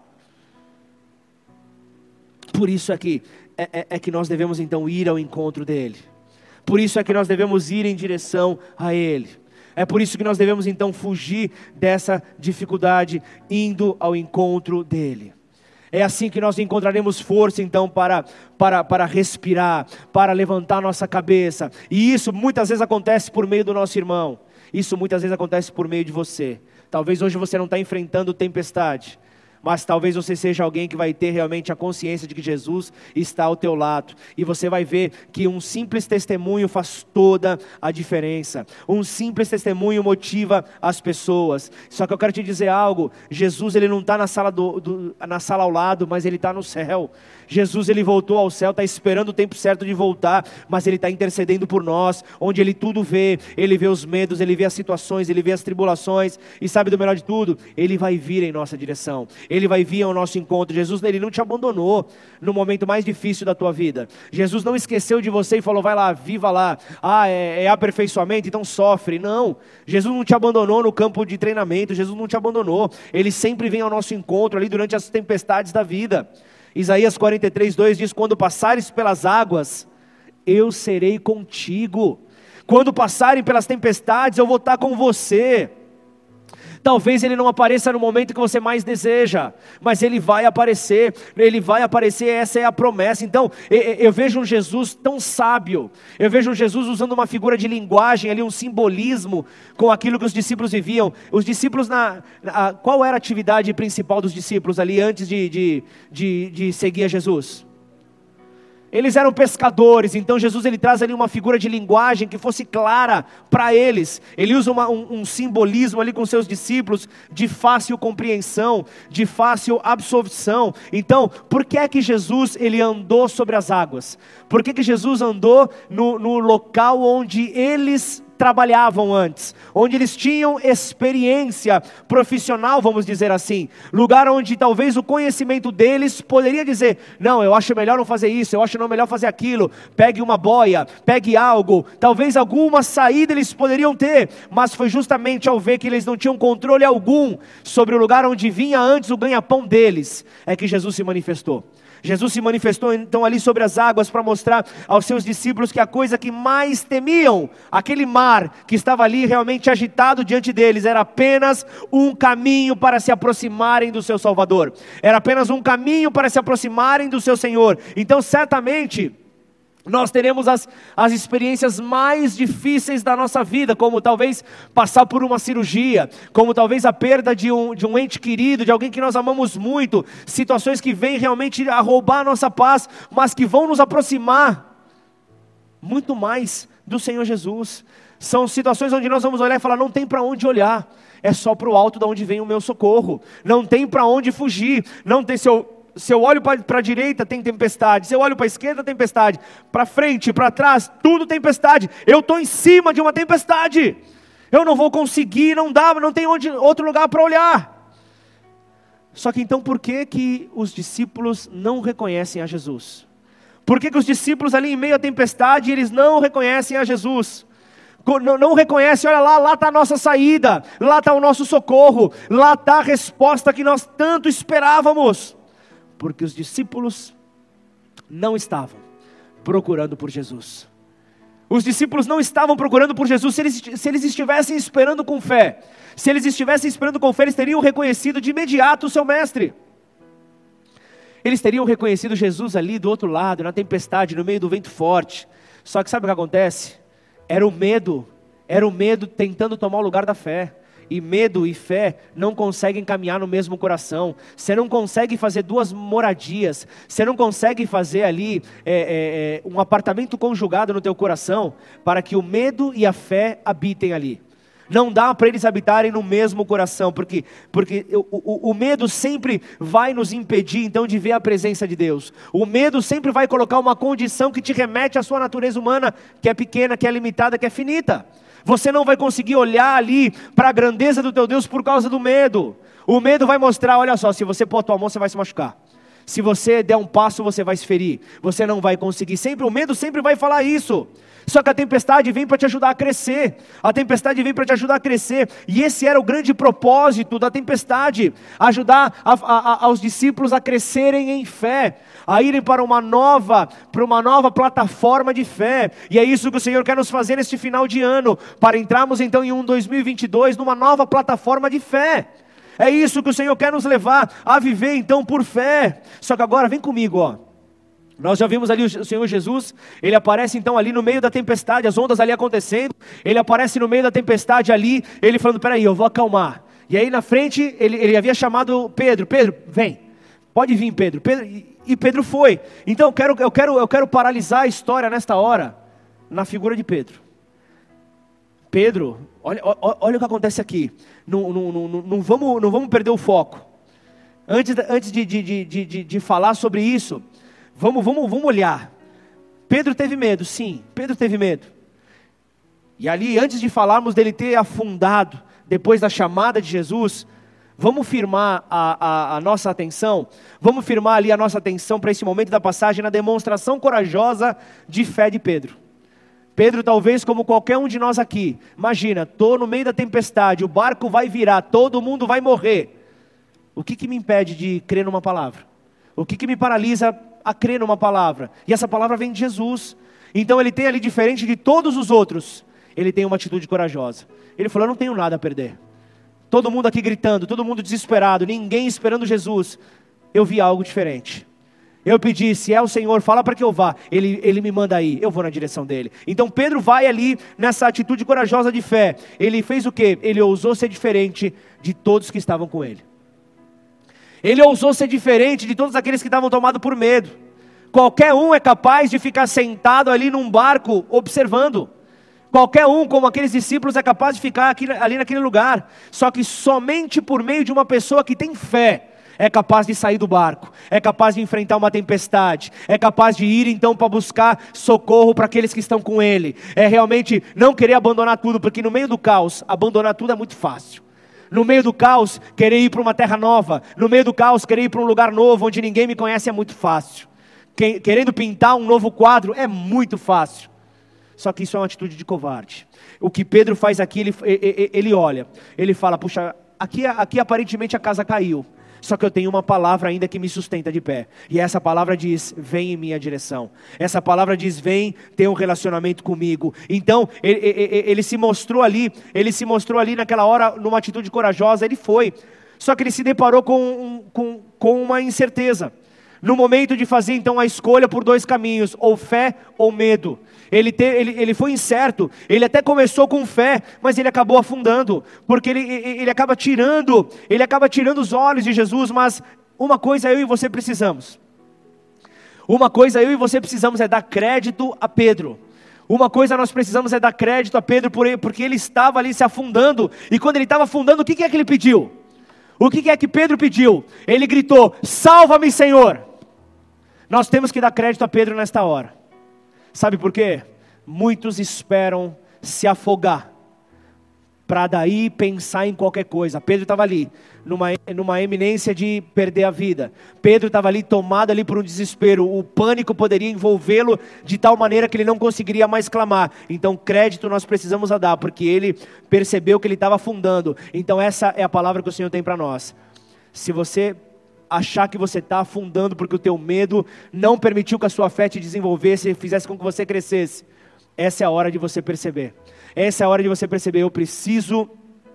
Speaker 1: Por isso é que, é, é, é que nós devemos então ir ao encontro dEle. Por isso é que nós devemos ir em direção a Ele. É por isso que nós devemos então fugir dessa dificuldade, indo ao encontro dEle. É assim que nós encontraremos força então para, para, para respirar, para levantar nossa cabeça. E isso muitas vezes acontece por meio do nosso irmão. Isso muitas vezes acontece por meio de você. Talvez hoje você não está enfrentando tempestade, mas talvez você seja alguém que vai ter realmente a consciência de que Jesus está ao teu lado. E você vai ver que um simples testemunho faz toda a diferença. Um simples testemunho motiva as pessoas. Só que eu quero te dizer algo. Jesus, ele não está na sala, do, do, na sala ao lado, mas ele está no céu. Jesus, ele voltou ao céu, está esperando o tempo certo de voltar, mas ele está intercedendo por nós, onde ele tudo vê. Ele vê os medos, ele vê as situações, ele vê as tribulações. E sabe do melhor de tudo? Ele vai vir em nossa direção. Ele vai vir ao nosso encontro. Jesus, ele não te abandonou no momento mais difícil da tua vida. Jesus não esqueceu de você e falou, vai lá, viva lá. Ah, é, é aperfeiçoamento, então sofre. Não, Jesus não te abandonou no campo de treinamento. Jesus não te abandonou. Ele sempre vem ao nosso encontro ali durante as tempestades da vida. Isaías quarenta e três, dois diz, quando passares pelas águas, eu serei contigo. Quando passarem pelas tempestades, eu vou estar com você. Talvez ele não apareça no momento que você mais deseja, mas ele vai aparecer, ele vai aparecer, essa é a promessa. Então, eu, eu vejo um Jesus tão sábio, eu vejo um Jesus usando uma figura de linguagem ali, um simbolismo com aquilo que os discípulos viviam. Os discípulos, na, na, qual era a atividade principal dos discípulos ali antes de, de, de, de seguir a Jesus? Eles eram pescadores, então Jesus ele traz ali uma figura de linguagem que fosse clara para eles. Ele usa uma, um, um simbolismo ali com seus discípulos de fácil compreensão, de fácil absorção. Então, por que é que Jesus ele andou sobre as águas? Por que que Jesus andou no, no local onde eles trabalhavam antes, onde eles tinham experiência profissional, vamos dizer assim, lugar onde talvez o conhecimento deles poderia dizer, não, eu acho melhor não fazer isso, eu acho não melhor fazer aquilo, pegue uma boia, pegue algo, talvez alguma saída eles poderiam ter, mas foi justamente ao ver que eles não tinham controle algum sobre o lugar onde vinha antes o ganha-pão deles, é que Jesus se manifestou. Jesus se manifestou então ali sobre as águas para mostrar aos seus discípulos que a coisa que mais temiam, aquele mar que estava ali realmente agitado diante deles, era apenas um caminho para se aproximarem do seu Salvador, era apenas um caminho para se aproximarem do seu Senhor. Então certamente nós teremos as, as experiências mais difíceis da nossa vida, como talvez passar por uma cirurgia, como talvez a perda de um, de um ente querido, de alguém que nós amamos muito, situações que vêm realmente a roubar a nossa paz, mas que vão nos aproximar muito mais do Senhor Jesus. São situações onde nós vamos olhar e falar, não tem para onde olhar, é só para o alto de onde vem o meu socorro, não tem para onde fugir, não tem seu... Se eu olho para a direita, tem tempestade. Se eu olho para a esquerda, tempestade. Para frente, para trás, tudo tempestade. Eu estou em cima de uma tempestade. Eu não vou conseguir, não dá, não tem onde, outro lugar para olhar. Só que então, por que que os discípulos não reconhecem a Jesus? Por que que os discípulos ali em meio à tempestade, eles não reconhecem a Jesus? Não, não reconhecem, olha lá, lá está a nossa saída. Lá está o nosso socorro. Lá está a resposta que nós tanto esperávamos. Porque os discípulos não estavam procurando por Jesus. Os discípulos não estavam procurando por Jesus. Se eles, se eles estivessem esperando com fé, se eles estivessem esperando com fé, eles teriam reconhecido de imediato o seu mestre. Eles teriam reconhecido Jesus ali do outro lado, na tempestade, no meio do vento forte. Só que sabe o que acontece? Era o medo, era o medo tentando tomar o lugar da fé. E medo e fé não conseguem caminhar no mesmo coração. Você não consegue fazer duas moradias. Você não consegue fazer ali é, é, um apartamento conjugado no teu coração para que o medo e a fé habitem ali. Não dá para eles habitarem no mesmo coração, porque, porque o, o, o medo sempre vai nos impedir então de ver a presença de Deus. O medo sempre vai colocar uma condição que te remete à sua natureza humana, que é pequena, que é limitada, que é finita. Você não vai conseguir olhar ali para a grandeza do teu Deus por causa do medo. O medo vai mostrar, olha só, se você pôr a tua mão, você vai se machucar. Se você der um passo, você vai se ferir. Você não vai conseguir. Sempre, o medo sempre vai falar isso. Só que a tempestade vem para te ajudar a crescer. A tempestade vem para te ajudar a crescer. E esse era o grande propósito da tempestade. Ajudar a, a, a, aos discípulos a crescerem em fé. A irem para uma nova, para uma nova plataforma de fé. E é isso que o Senhor quer nos fazer neste final de ano. Para entrarmos então em um dois mil e vinte e dois numa nova plataforma de fé. É isso que o Senhor quer nos levar a viver então por fé. Só que agora vem comigo, ó. Nós já vimos ali o Senhor Jesus, Ele aparece então ali no meio da tempestade, as ondas ali acontecendo, Ele aparece no meio da tempestade ali, Ele falando, peraí, eu vou acalmar. E aí na frente, Ele, ele havia chamado Pedro, Pedro, vem, pode vir Pedro, Pedro e, e Pedro foi. Então eu quero, eu, quero, eu quero paralisar a história nesta hora, na figura de Pedro. Pedro, olha, olha, olha o que acontece aqui, não, não, não, não, não, vamos, não vamos perder o foco. Antes, antes de, de, de, de, de falar sobre isso, Vamos, vamos, vamos olhar. Pedro teve medo, sim, Pedro teve medo. E ali, antes de falarmos dele ter afundado, depois da chamada de Jesus, Vamos firmar a, a, a nossa atenção, vamos firmar ali a nossa atenção para esse momento da passagem na demonstração corajosa de fé de Pedro. Pedro, talvez como qualquer um de nós aqui, imagina, estou no meio da tempestade, o barco vai virar, todo mundo vai morrer. O que, que me impede de crer numa palavra? O que, que me paralisa a crer numa palavra? E essa palavra vem de Jesus. Então ele tem ali, diferente de todos os outros, ele tem uma atitude corajosa. Ele falou, eu não tenho nada a perder. Todo mundo aqui gritando, todo mundo desesperado, ninguém esperando Jesus. Eu vi algo diferente. Eu pedi, se é o Senhor, fala para que eu vá. Ele, ele me manda aí, eu vou na direção dele. Então Pedro vai ali nessa atitude corajosa de fé. Ele fez o quê? Ele ousou ser diferente de todos que estavam com ele. Ele ousou ser diferente de todos aqueles que estavam tomados por medo. Qualquer um é capaz de ficar sentado ali num barco observando. Qualquer um, como aqueles discípulos, é capaz de ficar aqui, ali naquele lugar. Só que somente por meio de uma pessoa que tem fé, é capaz de sair do barco, é capaz de enfrentar uma tempestade, é capaz de ir então para buscar socorro para aqueles que estão com ele. É realmente não querer abandonar tudo, porque no meio do caos, abandonar tudo é muito fácil. No meio do caos, querer ir para uma terra nova, no meio do caos, querer ir para um lugar novo, onde ninguém me conhece é muito fácil. Querendo pintar um novo quadro é muito fácil. Só que isso é uma atitude de covarde. O que Pedro faz aqui, ele, ele olha, ele fala, puxa, aqui, aqui aparentemente a casa caiu, só que eu tenho uma palavra ainda que me sustenta de pé. E essa palavra diz, vem em minha direção. Essa palavra diz, vem ter um relacionamento comigo. Então, ele, ele, ele se mostrou ali, ele se mostrou ali naquela hora, numa atitude corajosa, ele foi. Só que ele se deparou com, com, com uma incerteza. No momento de fazer então a escolha por dois caminhos, ou fé ou medo. Ele, te, ele, ele foi incerto, ele até começou com fé, mas ele acabou afundando, porque ele, ele acaba tirando, ele acaba tirando os olhos de Jesus. Mas uma coisa eu e você precisamos, uma coisa eu e você precisamos é dar crédito a Pedro. Uma coisa nós precisamos é dar crédito a Pedro, porque ele estava ali se afundando, e quando ele estava afundando, o que é que ele pediu? O que é que Pedro pediu? Ele gritou, salva-me, Senhor. Nós temos que dar crédito a Pedro nesta hora. Sabe por quê? Muitos esperam se afogar, para daí pensar em qualquer coisa. Pedro estava ali, numa, numa eminência de perder a vida. Pedro estava ali, tomado ali por um desespero. O pânico poderia envolvê-lo de tal maneira que ele não conseguiria mais clamar. Então crédito nós precisamos dar, porque ele percebeu que ele estava afundando. Então essa é a palavra que o Senhor tem para nós. Se você achar que você está afundando porque o teu medo não permitiu que a sua fé te desenvolvesse e fizesse com que você crescesse, essa é a hora de você perceber. Essa é a hora de você perceber, eu preciso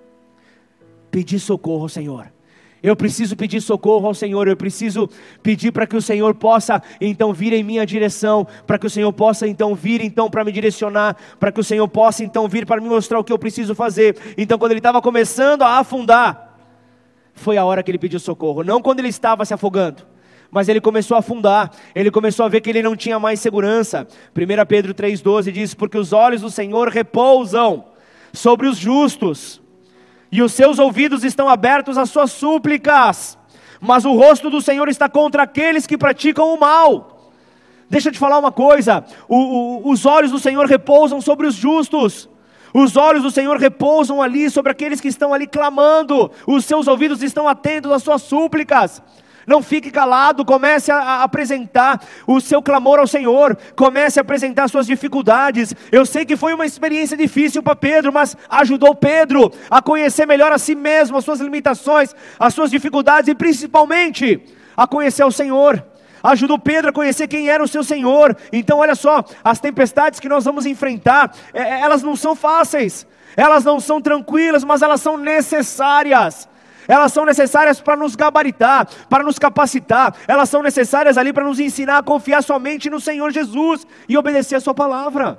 Speaker 1: pedir socorro ao Senhor. Eu preciso pedir socorro ao Senhor, eu preciso pedir para que o Senhor possa então vir em minha direção, para que o Senhor possa então vir então para me direcionar, para que o Senhor possa então vir para me mostrar o que eu preciso fazer. Então quando ele estava começando a afundar, foi a hora que ele pediu socorro, não quando ele estava se afogando, mas ele começou a afundar, ele começou a ver que ele não tinha mais segurança. primeira Pedro três doze diz, porque os olhos do Senhor repousam sobre os justos, e os seus ouvidos estão abertos às suas súplicas, mas o rosto do Senhor está contra aqueles que praticam o mal. Deixa eu te falar uma coisa, o, o, os olhos do Senhor repousam sobre os justos, os olhos do Senhor repousam ali sobre aqueles que estão ali clamando, os seus ouvidos estão atentos às suas súplicas. Não fique calado, comece a, a apresentar o seu clamor ao Senhor, comece a apresentar suas dificuldades. Eu sei que foi uma experiência difícil para Pedro, mas ajudou Pedro a conhecer melhor a si mesmo, as suas limitações, as suas dificuldades e principalmente a conhecer o Senhor. Ajudou Pedro a conhecer quem era o seu Senhor. Então olha só, as tempestades que nós vamos enfrentar, é, elas não são fáceis, elas não são tranquilas, mas elas são necessárias. Elas são necessárias para nos gabaritar, para nos capacitar. Elas são necessárias ali para nos ensinar a confiar somente no Senhor Jesus e obedecer a sua palavra.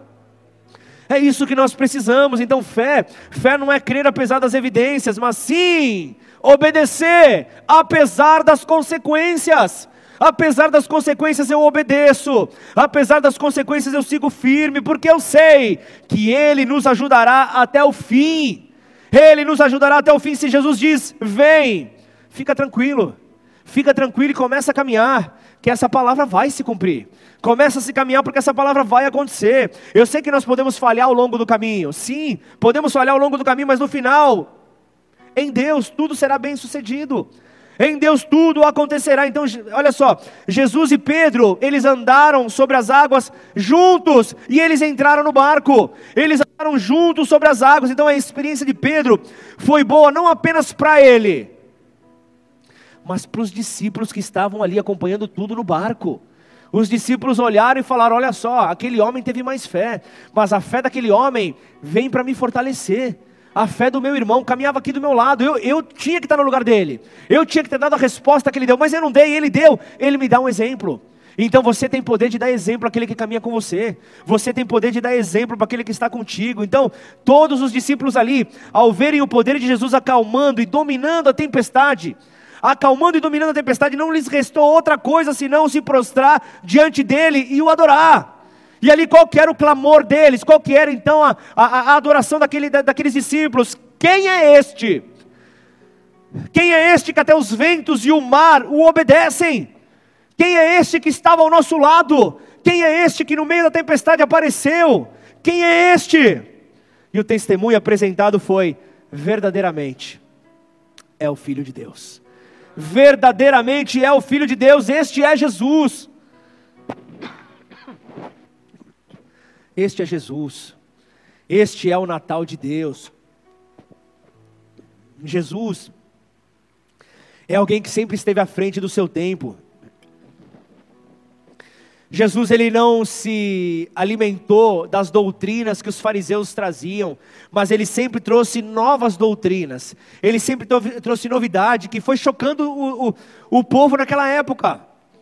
Speaker 1: É isso que nós precisamos. Então fé, fé não é crer apesar das evidências, mas sim obedecer apesar das consequências. Apesar das consequências eu obedeço, apesar das consequências eu sigo firme, porque eu sei que Ele nos ajudará até o fim. Ele nos ajudará até o fim. Se Jesus diz, vem, fica tranquilo, fica tranquilo e começa a caminhar, que essa palavra vai se cumprir. Começa a se caminhar porque essa palavra vai acontecer. Eu sei que nós podemos falhar ao longo do caminho, sim, podemos falhar ao longo do caminho, mas no final, em Deus tudo será bem sucedido. Em Deus tudo acontecerá. Então, olha só, Jesus e Pedro, eles andaram sobre as águas juntos, e eles entraram no barco, eles andaram juntos sobre as águas. Então a experiência de Pedro foi boa, não apenas para ele, mas para os discípulos que estavam ali acompanhando tudo no barco. Os discípulos olharam e falaram: olha só, aquele homem teve mais fé, mas a fé daquele homem vem para me fortalecer. A fé do meu irmão caminhava aqui do meu lado, eu, eu tinha que estar no lugar dele, eu tinha que ter dado a resposta que ele deu, mas eu não dei, ele deu, ele me dá um exemplo. Então você tem poder de dar exemplo àquele que caminha com você, você tem poder de dar exemplo para aquele que está contigo. Então todos os discípulos ali, ao verem o poder de Jesus acalmando e dominando a tempestade, acalmando e dominando a tempestade, não lhes restou outra coisa senão se prostrar diante dele e o adorar. E ali qual que era o clamor deles? Qual que era então a, a, a adoração daquele, da, daqueles discípulos? Quem é este? Quem é este que até os ventos e o mar o obedecem? Quem é este que estava ao nosso lado? Quem é este que no meio da tempestade apareceu? Quem é este? E o testemunho apresentado foi: verdadeiramente é o Filho de Deus. Verdadeiramente é o Filho de Deus, este é Jesus. Este é Jesus, este é o Natal de Deus. Jesus é alguém que sempre esteve à frente do seu tempo. Jesus, ele não se alimentou das doutrinas que os fariseus traziam, mas ele sempre trouxe novas doutrinas, ele sempre trouxe novidade, que foi chocando o, o, o povo naquela época.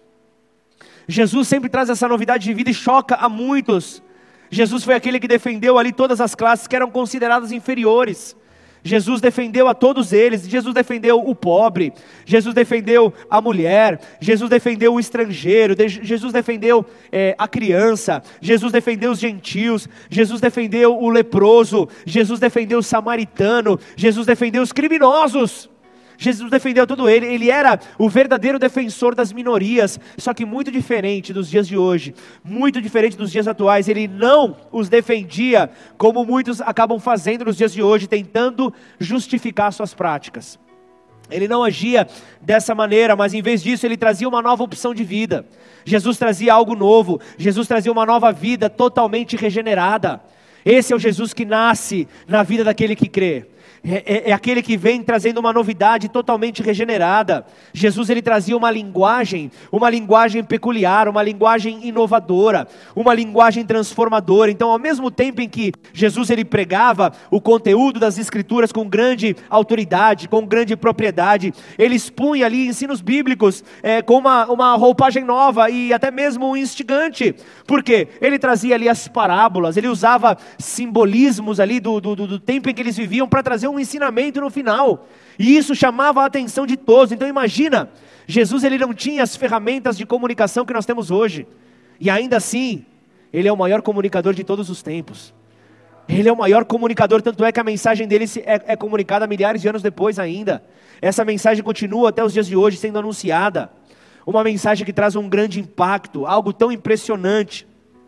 Speaker 1: Jesus sempre traz essa novidade de vida e choca a muitos. Jesus foi aquele que defendeu ali todas as classes que eram consideradas inferiores. Jesus defendeu a todos eles. Jesus defendeu o pobre, Jesus defendeu a mulher, Jesus defendeu o estrangeiro, Jesus defendeu é, a criança, Jesus defendeu os gentios, Jesus defendeu o leproso, Jesus defendeu o samaritano, Jesus defendeu os criminosos. Jesus defendeu todo ele, ele era o verdadeiro defensor das minorias, só que muito diferente dos dias de hoje, muito diferente dos dias atuais. Ele não os defendia como muitos acabam fazendo nos dias de hoje, tentando justificar suas práticas. Ele não agia dessa maneira, mas em vez disso ele trazia uma nova opção de vida. Jesus trazia algo novo, Jesus trazia uma nova vida totalmente regenerada. Esse é o Jesus que nasce na vida daquele que crê. É, é, é aquele que vem trazendo uma novidade totalmente regenerada. Jesus, ele trazia uma linguagem, uma linguagem peculiar, uma linguagem inovadora, uma linguagem transformadora. Então, ao mesmo tempo em que Jesus, ele pregava o conteúdo das escrituras com grande autoridade, com grande propriedade, ele expunha ali ensinos bíblicos é, com uma, uma roupagem nova e até mesmo instigante. Por quê? Ele trazia ali as parábolas, ele usava simbolismos ali do, do, do tempo em que eles viviam para trazer um ensinamento no final, e isso chamava a atenção de todos. Então imagina, Jesus, ele não tinha as ferramentas de comunicação que nós temos hoje, e ainda assim, ele é o maior comunicador de todos os tempos. Ele é o maior comunicador, tanto é que a mensagem dele é, é comunicada milhares de anos depois ainda. Essa mensagem continua até os dias de hoje sendo anunciada, uma mensagem que traz um grande impacto, algo tão impressionante,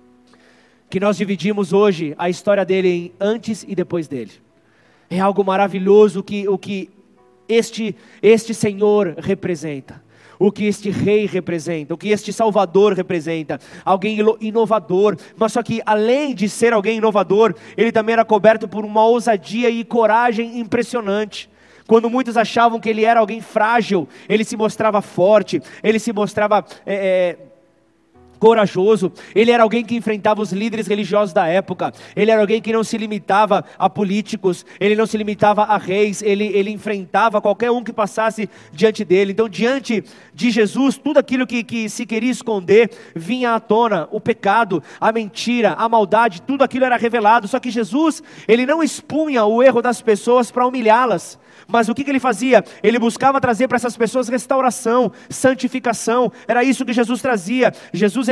Speaker 1: que nós dividimos hoje a história dele em antes e depois dele. É algo maravilhoso que, o que este, este Senhor representa, o que este Rei representa, o que este Salvador representa, alguém inovador, mas só que além de ser alguém inovador, ele também era coberto por uma ousadia e coragem impressionante. Quando muitos achavam que ele era alguém frágil, ele se mostrava forte, ele se mostrava é, é, corajoso. Ele era alguém que enfrentava os líderes religiosos da época, ele era alguém que não se limitava a políticos, ele não se limitava a reis, ele, ele enfrentava qualquer um que passasse diante dele. Então diante de Jesus, tudo aquilo que, que se queria esconder, vinha à tona, o pecado, a mentira, a maldade, tudo aquilo era revelado. Só que Jesus, ele não expunha o erro das pessoas para humilhá-las, mas o que, que ele fazia? Ele buscava trazer para essas pessoas restauração, santificação. Era isso que Jesus trazia. Jesus,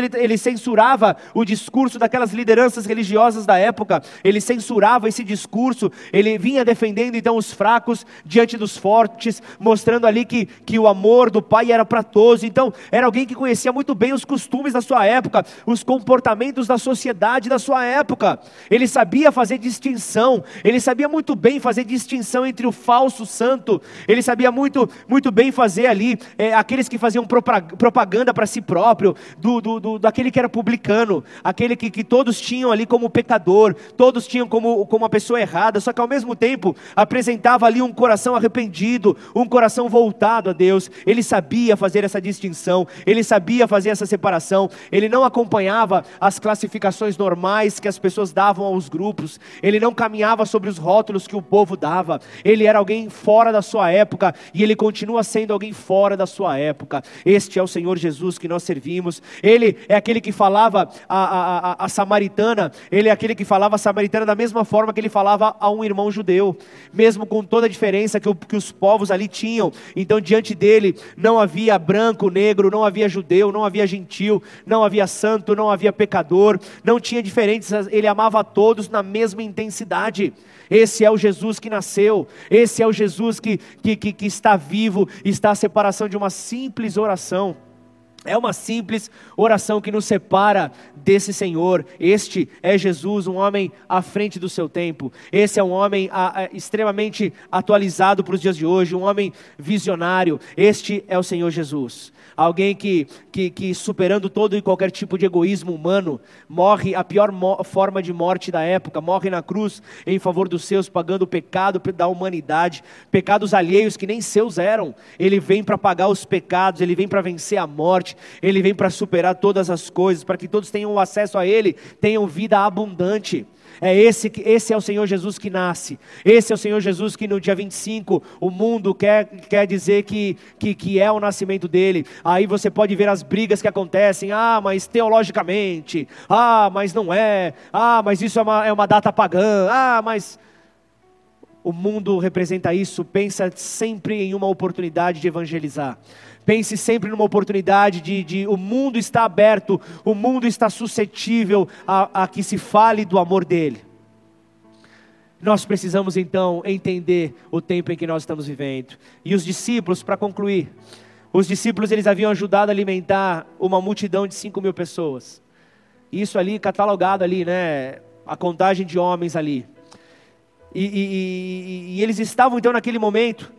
Speaker 1: ele, ele censurava o discurso daquelas lideranças religiosas da época, ele censurava esse discurso, ele vinha defendendo então os fracos diante dos fortes, mostrando ali que, que o amor do Pai era para todos. Então era alguém que conhecia muito bem os costumes da sua época, os comportamentos da sociedade da sua época. Ele sabia fazer distinção, ele sabia muito bem fazer distinção entre o falso santo, ele sabia muito, muito bem fazer ali, é, aqueles que faziam propaganda para si próprio, do, do, do, daquele que era publicano, aquele que, que todos tinham ali como pecador, todos tinham como, como uma pessoa errada, só que ao mesmo tempo apresentava ali um coração arrependido, um coração voltado a Deus. Ele sabia fazer essa distinção, ele sabia fazer essa separação, ele não acompanhava as classificações normais que as pessoas davam aos grupos, ele não caminhava sobre os rótulos que o povo dava, ele era alguém fora da sua época, e ele continua sendo alguém fora da sua época. Este é o Senhor Jesus que nós servimos. Ele é aquele que falava a, a, a, a samaritana, ele é aquele que falava a samaritana da mesma forma que ele falava a um irmão judeu, mesmo com toda a diferença que, o, que os povos ali tinham. Então diante dele não havia branco, negro, não havia judeu, não havia gentil, não havia santo, não havia pecador, não tinha diferenças, ele amava a todos na mesma intensidade. Esse é o Jesus que nasceu, esse é o Jesus que, que, que, que está vivo, está a separação de uma simples oração. É uma simples oração que nos separa desse Senhor. Este é Jesus, um homem à frente do seu tempo. Esse é um homem a, a, extremamente atualizado para os dias de hoje, um homem visionário. Este é o Senhor Jesus. Alguém que, que, que superando todo e qualquer tipo de egoísmo humano, morre a pior mo- forma de morte da época, morre na cruz em favor dos seus, pagando o pecado da humanidade, pecados alheios que nem seus eram. Ele vem para pagar os pecados, ele vem para vencer a morte, ele vem para superar todas as coisas, para que todos tenham acesso a ele, tenham vida abundante. É esse, esse é o Senhor Jesus que nasce, esse é o Senhor Jesus que no dia vinte e cinco o mundo quer, quer dizer que, que, que é o nascimento dele. Aí você pode ver as brigas que acontecem, ah, mas teologicamente, ah, mas não é, ah, mas isso é uma, é uma data pagã, ah, mas... O mundo representa isso. Pensa sempre em uma oportunidade de evangelizar. Pense sempre numa oportunidade de, de o mundo está aberto, o mundo está suscetível a, a que se fale do amor dele. Nós precisamos então entender o tempo em que nós estamos vivendo. E os discípulos, para concluir, os discípulos eles haviam ajudado a alimentar uma multidão de cinco mil pessoas. Isso ali catalogado ali, né? A contagem de homens ali. E, e, e, e eles estavam então naquele momento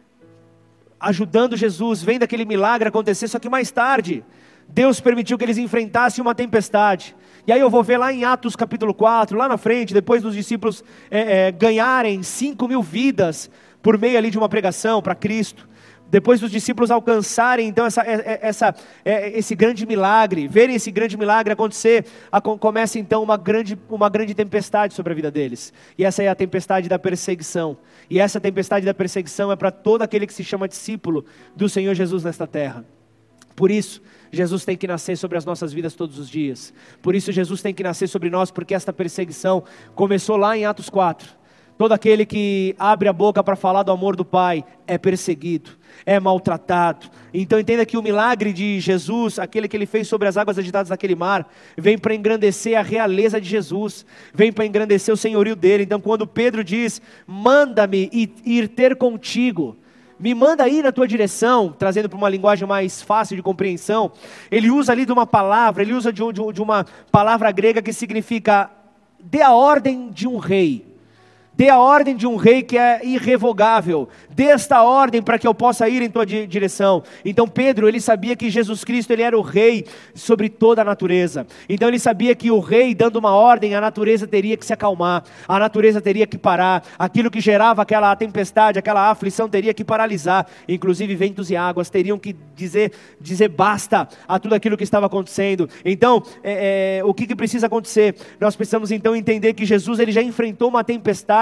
Speaker 1: ajudando Jesus, vendo aquele milagre acontecer, só que mais tarde Deus permitiu que eles enfrentassem uma tempestade. E aí eu vou ver lá em Atos capítulo quatro, lá na frente, depois dos discípulos é, é, ganharem cinco mil vidas por meio ali de uma pregação para Cristo. Depois dos discípulos alcançarem então essa, essa, esse grande milagre, verem esse grande milagre acontecer, começa então uma grande, uma grande tempestade sobre a vida deles. E essa é a tempestade da perseguição. E essa tempestade da perseguição é para todo aquele que se chama discípulo do Senhor Jesus nesta terra. Por isso, Jesus tem que nascer sobre as nossas vidas todos os dias. Por isso, Jesus tem que nascer sobre nós, porque esta perseguição começou lá em Atos quatro. Todo aquele que abre a boca para falar do amor do Pai é perseguido, é maltratado. Então entenda que o milagre de Jesus, aquele que ele fez sobre as águas agitadas daquele mar, vem para engrandecer a realeza de Jesus, vem para engrandecer o senhorio dele. Então quando Pedro diz, manda-me ir ter contigo, me manda ir na tua direção, trazendo para uma linguagem mais fácil de compreensão, ele usa ali de uma palavra, ele usa de, de, de uma palavra grega que significa, dê a ordem de um rei. Dê a ordem de um rei que é irrevogável. Dê esta ordem para que eu possa ir em tua direção. Então Pedro, ele sabia que Jesus Cristo, ele era o rei sobre toda a natureza. Então ele sabia que o rei dando uma ordem, a natureza teria que se acalmar. A natureza teria que parar. Aquilo que gerava aquela tempestade, aquela aflição teria que paralisar. Inclusive ventos e águas teriam que dizer, dizer basta a tudo aquilo que estava acontecendo. Então, é, é, o que, que precisa acontecer? Nós precisamos então entender que Jesus, ele já enfrentou uma tempestade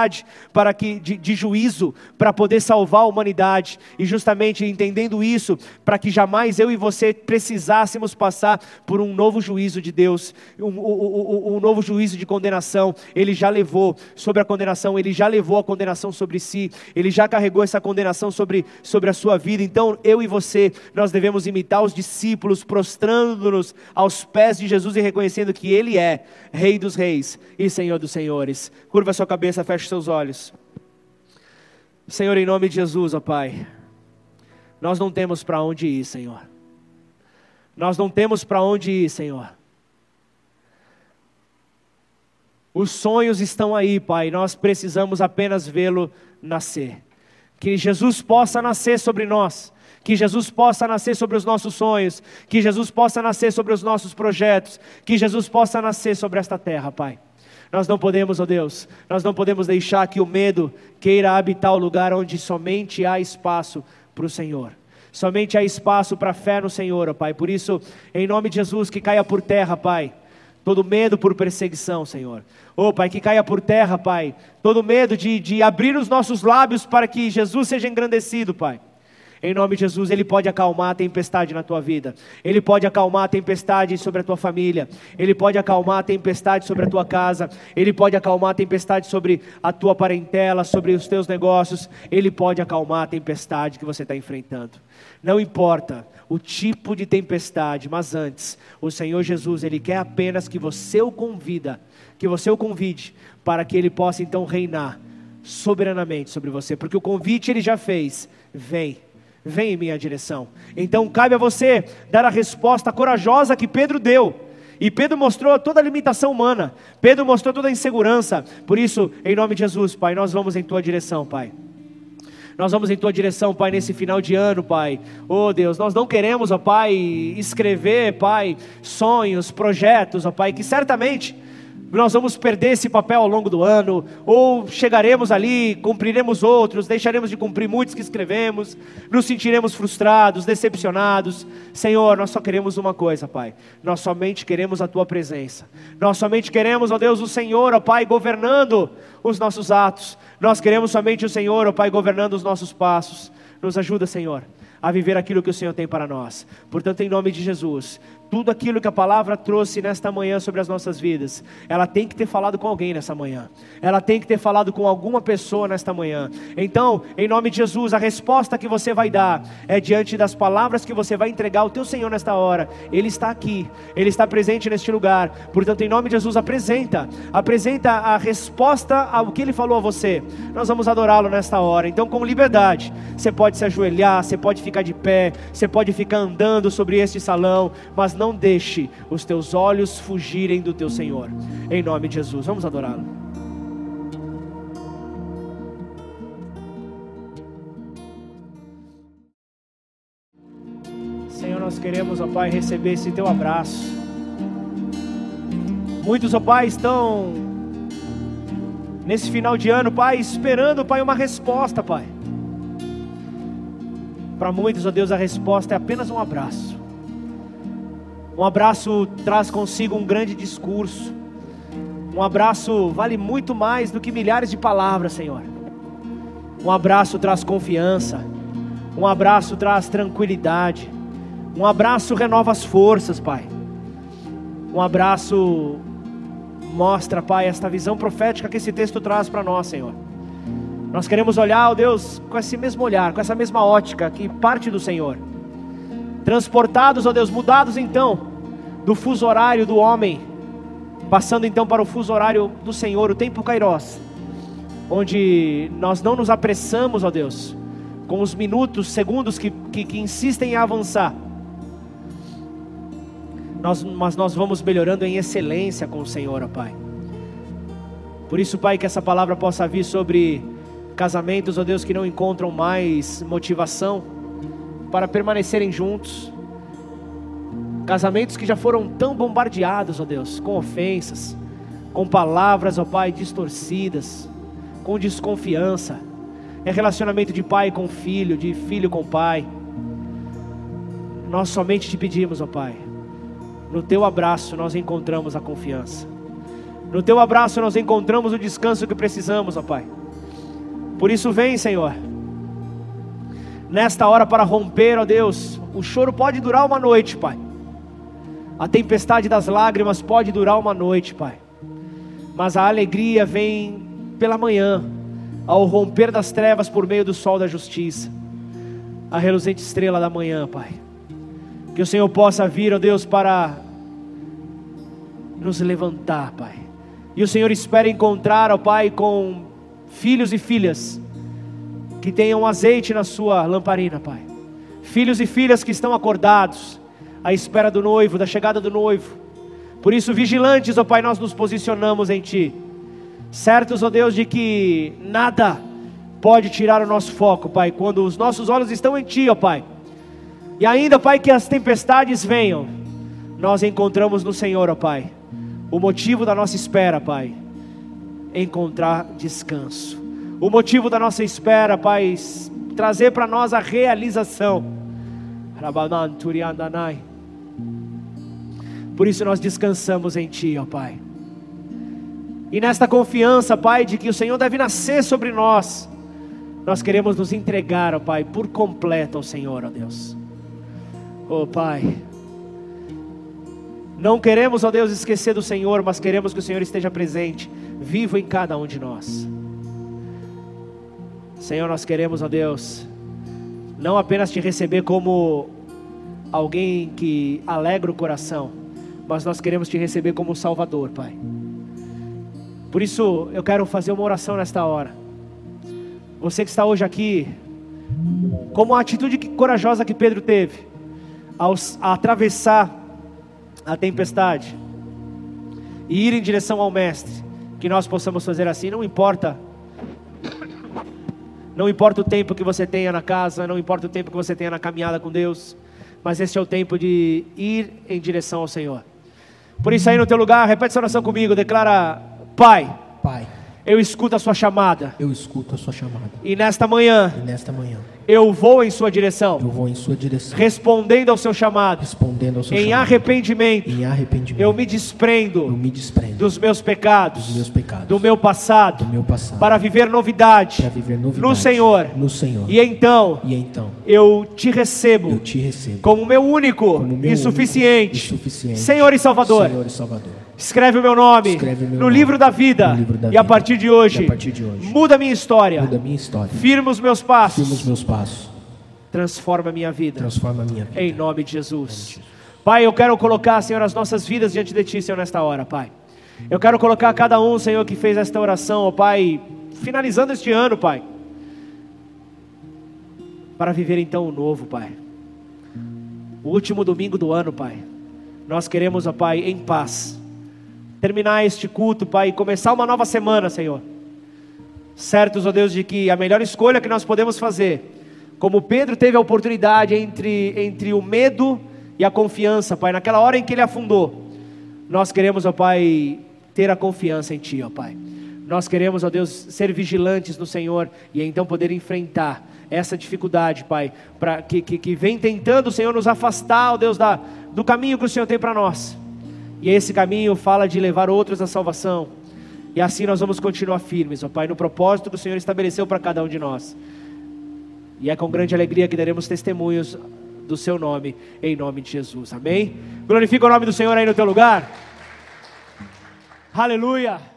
Speaker 1: necessidade para que, de, de juízo, para poder salvar a humanidade, e justamente entendendo isso, para que jamais eu e você precisássemos passar por um novo juízo de Deus, um, um, um, um novo juízo de condenação. Ele já levou sobre a condenação, Ele já levou a condenação sobre si, Ele já carregou essa condenação sobre, sobre a sua vida. Então eu e você, nós devemos imitar os discípulos, prostrando-nos aos pés de Jesus e reconhecendo que Ele é Rei dos Reis e Senhor dos Senhores. Curva a sua cabeça, feche seus olhos. Senhor, em nome de Jesus, ó Pai, nós não temos para onde ir, Senhor. Nós não temos para onde ir, Senhor. Os sonhos estão aí, Pai, nós precisamos apenas vê-lo nascer. Que Jesus possa nascer sobre nós, que Jesus possa nascer sobre os nossos sonhos, que Jesus possa nascer sobre os nossos projetos, que Jesus possa nascer sobre esta terra, Pai. Nós não podemos, ó Deus, nós não podemos deixar que o medo queira habitar o lugar onde somente há espaço para o Senhor. Somente há espaço para a fé no Senhor, ó Pai. Por isso, em nome de Jesus, que caia por terra, Pai, todo medo por perseguição, Senhor. Ô Pai, que caia por terra, Pai, todo medo de, de abrir os nossos lábios para que Jesus seja engrandecido, Pai. Em nome de Jesus, Ele pode acalmar a tempestade na tua vida. Ele pode acalmar a tempestade sobre a tua família. Ele pode acalmar a tempestade sobre a tua casa. Ele pode acalmar a tempestade sobre a tua parentela, sobre os teus negócios. Ele pode acalmar a tempestade que você está enfrentando. Não importa o tipo de tempestade, mas antes, o Senhor Jesus, Ele quer apenas que você o convida, que você o convide, para que Ele possa então reinar soberanamente sobre você. Porque o convite Ele já fez. Vem. Vem em minha direção. Então cabe a você dar a resposta corajosa que Pedro deu. E Pedro mostrou toda a limitação humana. Pedro mostrou toda a insegurança. Por isso, em nome de Jesus, Pai, nós vamos em tua direção, Pai. Nós vamos em tua direção, Pai, nesse final de ano, Pai. Oh Deus, nós não queremos, ó Pai, escrever, Pai, sonhos, projetos, ó Pai, que certamente nós vamos perder esse papel ao longo do ano, ou chegaremos ali, cumpriremos outros, deixaremos de cumprir muitos que escrevemos, nos sentiremos frustrados, decepcionados. Senhor, nós só queremos uma coisa, Pai, nós somente queremos a Tua presença, nós somente queremos, ó Deus, o Senhor, ó Pai, governando os nossos atos, nós queremos somente o Senhor, ó Pai, governando os nossos passos. Nos ajuda, Senhor, a viver aquilo que o Senhor tem para nós. Portanto, em nome de Jesus, tudo aquilo que a palavra trouxe nesta manhã sobre as nossas vidas, ela tem que ter falado com alguém nessa manhã, ela tem que ter falado com alguma pessoa nesta manhã. Então, em nome de Jesus, a resposta que você vai dar é diante das palavras que você vai entregar ao teu Senhor nesta hora. Ele está aqui, Ele está presente neste lugar. Portanto, em nome de Jesus, apresenta, apresenta a resposta ao que Ele falou a você. Nós vamos adorá-lo nesta hora. Então, com liberdade, você pode se ajoelhar, você pode ficar de pé, você pode ficar andando sobre este salão, mas não Não deixe os teus olhos fugirem do teu Senhor. Em nome de Jesus, vamos adorá-lo. Senhor, nós queremos, ó Pai, receber esse teu abraço. Muitos, ó Pai, estão nesse final de ano, Pai, esperando, Pai, uma resposta, Pai. Para muitos, ó Deus, a resposta é apenas um abraço. Um abraço traz consigo um grande discurso. Um abraço vale muito mais do que milhares de palavras, Senhor. Um abraço traz confiança. Um abraço traz tranquilidade. Um abraço renova as forças, Pai. Um abraço mostra, Pai, esta visão profética que esse texto traz para nós, Senhor. Nós queremos olhar, ó Deus, com esse mesmo olhar, com essa mesma ótica que parte do Senhor. Transportados, ó Deus, mudados então do fuso horário do homem, passando então para o fuso horário do Senhor, o tempo Kairos, onde nós não nos apressamos, ó Deus, com os minutos, segundos que, que, que insistem em avançar, nós, mas nós vamos melhorando em excelência com o Senhor, ó Pai. Por isso, Pai, que essa palavra possa vir sobre casamentos, ó Deus, que não encontram mais motivação para permanecerem juntos, casamentos que já foram tão bombardeados, ó Deus, com ofensas, com palavras, ó Pai, distorcidas, com desconfiança, é relacionamento de pai com filho, de filho com pai. Nós somente te pedimos, ó Pai, no teu abraço nós encontramos a confiança, No Teu abraço nós encontramos o descanso que precisamos, ó Pai. Por isso vem, Senhor, nesta hora para romper, ó Deus. O choro pode durar uma noite, Pai. A tempestade das lágrimas pode durar uma noite, Pai. Mas a alegria vem pela manhã, ao romper das trevas por meio do sol da justiça. A reluzente estrela da manhã, Pai. Que o Senhor possa vir, ó Deus, para nos levantar, Pai. E o Senhor espera encontrar, ó Pai, com filhos e filhas que tenham azeite na sua lamparina, Pai. Filhos e filhas que estão acordados à espera do noivo, da chegada do noivo. Por isso, vigilantes, ó Pai, nós nos posicionamos em Ti, certos, ó Deus, de que nada pode tirar o nosso foco, Pai, quando os nossos olhos estão em Ti, ó Pai. E ainda, Pai, que as tempestades venham, nós encontramos no Senhor, ó Pai, o motivo da nossa espera, Pai, encontrar descanso. O motivo da nossa espera, Pai, trazer para nós a realização. Por isso nós descansamos em Ti, ó Pai. E nesta confiança, Pai, de que o Senhor deve nascer sobre nós, nós queremos nos entregar, ó Pai, por completo ao Senhor, ó Deus. Ó Pai, não queremos, ó Deus, esquecer do Senhor, mas queremos que o Senhor esteja presente, vivo em cada um de nós. Senhor, nós queremos, ó Deus, não apenas Te receber como alguém que alegra o coração, mas nós queremos Te receber como Salvador, Pai. Por isso eu quero fazer uma oração nesta hora. Você que está hoje aqui, como a atitude corajosa que Pedro teve ao atravessar a tempestade e ir em direção ao Mestre, que nós possamos fazer assim. Não importa Não importa o tempo que você tenha na casa, não importa o tempo que você tenha na caminhada com Deus, mas esse é o tempo de ir em direção ao Senhor. Por isso, aí no teu lugar, repete essa oração comigo, declara: Pai,
Speaker 2: Pai,
Speaker 1: eu escuto a sua chamada,
Speaker 2: eu escuto a sua chamada,
Speaker 1: e nesta manhã,
Speaker 2: e nesta manhã,
Speaker 1: eu vou em sua direção,
Speaker 2: eu vou em sua direção,
Speaker 1: respondendo ao seu chamado,
Speaker 2: respondendo ao seu
Speaker 1: em
Speaker 2: chamado,
Speaker 1: arrependimento,
Speaker 2: em arrependimento,
Speaker 1: eu me desprendo,
Speaker 2: eu me desprendo
Speaker 1: dos meus pecados,
Speaker 2: dos meus pecados,
Speaker 1: do meu passado,
Speaker 2: do meu passado,
Speaker 1: para viver novidade,
Speaker 2: para viver novidade
Speaker 1: no Senhor,
Speaker 2: no Senhor.
Speaker 1: E então,
Speaker 2: e então,
Speaker 1: eu te recebo,
Speaker 2: eu te recebo
Speaker 1: como meu único
Speaker 2: como meu
Speaker 1: e suficiente,
Speaker 2: único e suficiente
Speaker 1: Senhor e Salvador.
Speaker 2: Senhor e Salvador.
Speaker 1: Escreve o meu nome,
Speaker 2: Escreve o meu
Speaker 1: no,
Speaker 2: nome
Speaker 1: livro da vida,
Speaker 2: no livro da
Speaker 1: e
Speaker 2: vida.
Speaker 1: a partir de hoje,
Speaker 2: E a partir de hoje,
Speaker 1: muda a minha história,
Speaker 2: muda a minha história,
Speaker 1: firma os meus passos,
Speaker 2: firma os meus passos,
Speaker 1: transforma a minha vida,
Speaker 2: transforma a minha vida,
Speaker 1: em nome de Jesus. Pai, eu quero colocar, Senhor, as nossas vidas diante de Ti, Senhor, nesta hora, Pai. Eu quero colocar cada um, Senhor, que fez esta oração, ó Pai, finalizando este ano, Pai, para viver então o novo, Pai. O último domingo do ano, Pai. Nós queremos, ó Pai, em paz, terminar este culto, Pai, e começar uma nova semana, Senhor. Certos, ó Deus, de que a melhor escolha que nós podemos fazer, como Pedro teve a oportunidade entre, entre o medo e a confiança, Pai, naquela hora em que ele afundou, nós queremos, ó Pai, ter a confiança em Ti, ó Pai. Nós queremos, ó Deus, ser vigilantes no Senhor e então poder enfrentar essa dificuldade, Pai, pra, que, que, que vem tentando, Senhor, nos afastar, ó Deus, da, do caminho que o Senhor tem para nós. E esse caminho fala de levar outros à salvação. E assim nós vamos continuar firmes, ó Pai, no propósito que o Senhor estabeleceu para cada um de nós. E é com grande alegria que daremos testemunhos do Seu nome, em nome de Jesus, amém? Glorifica o nome do Senhor aí no teu lugar. Aleluia.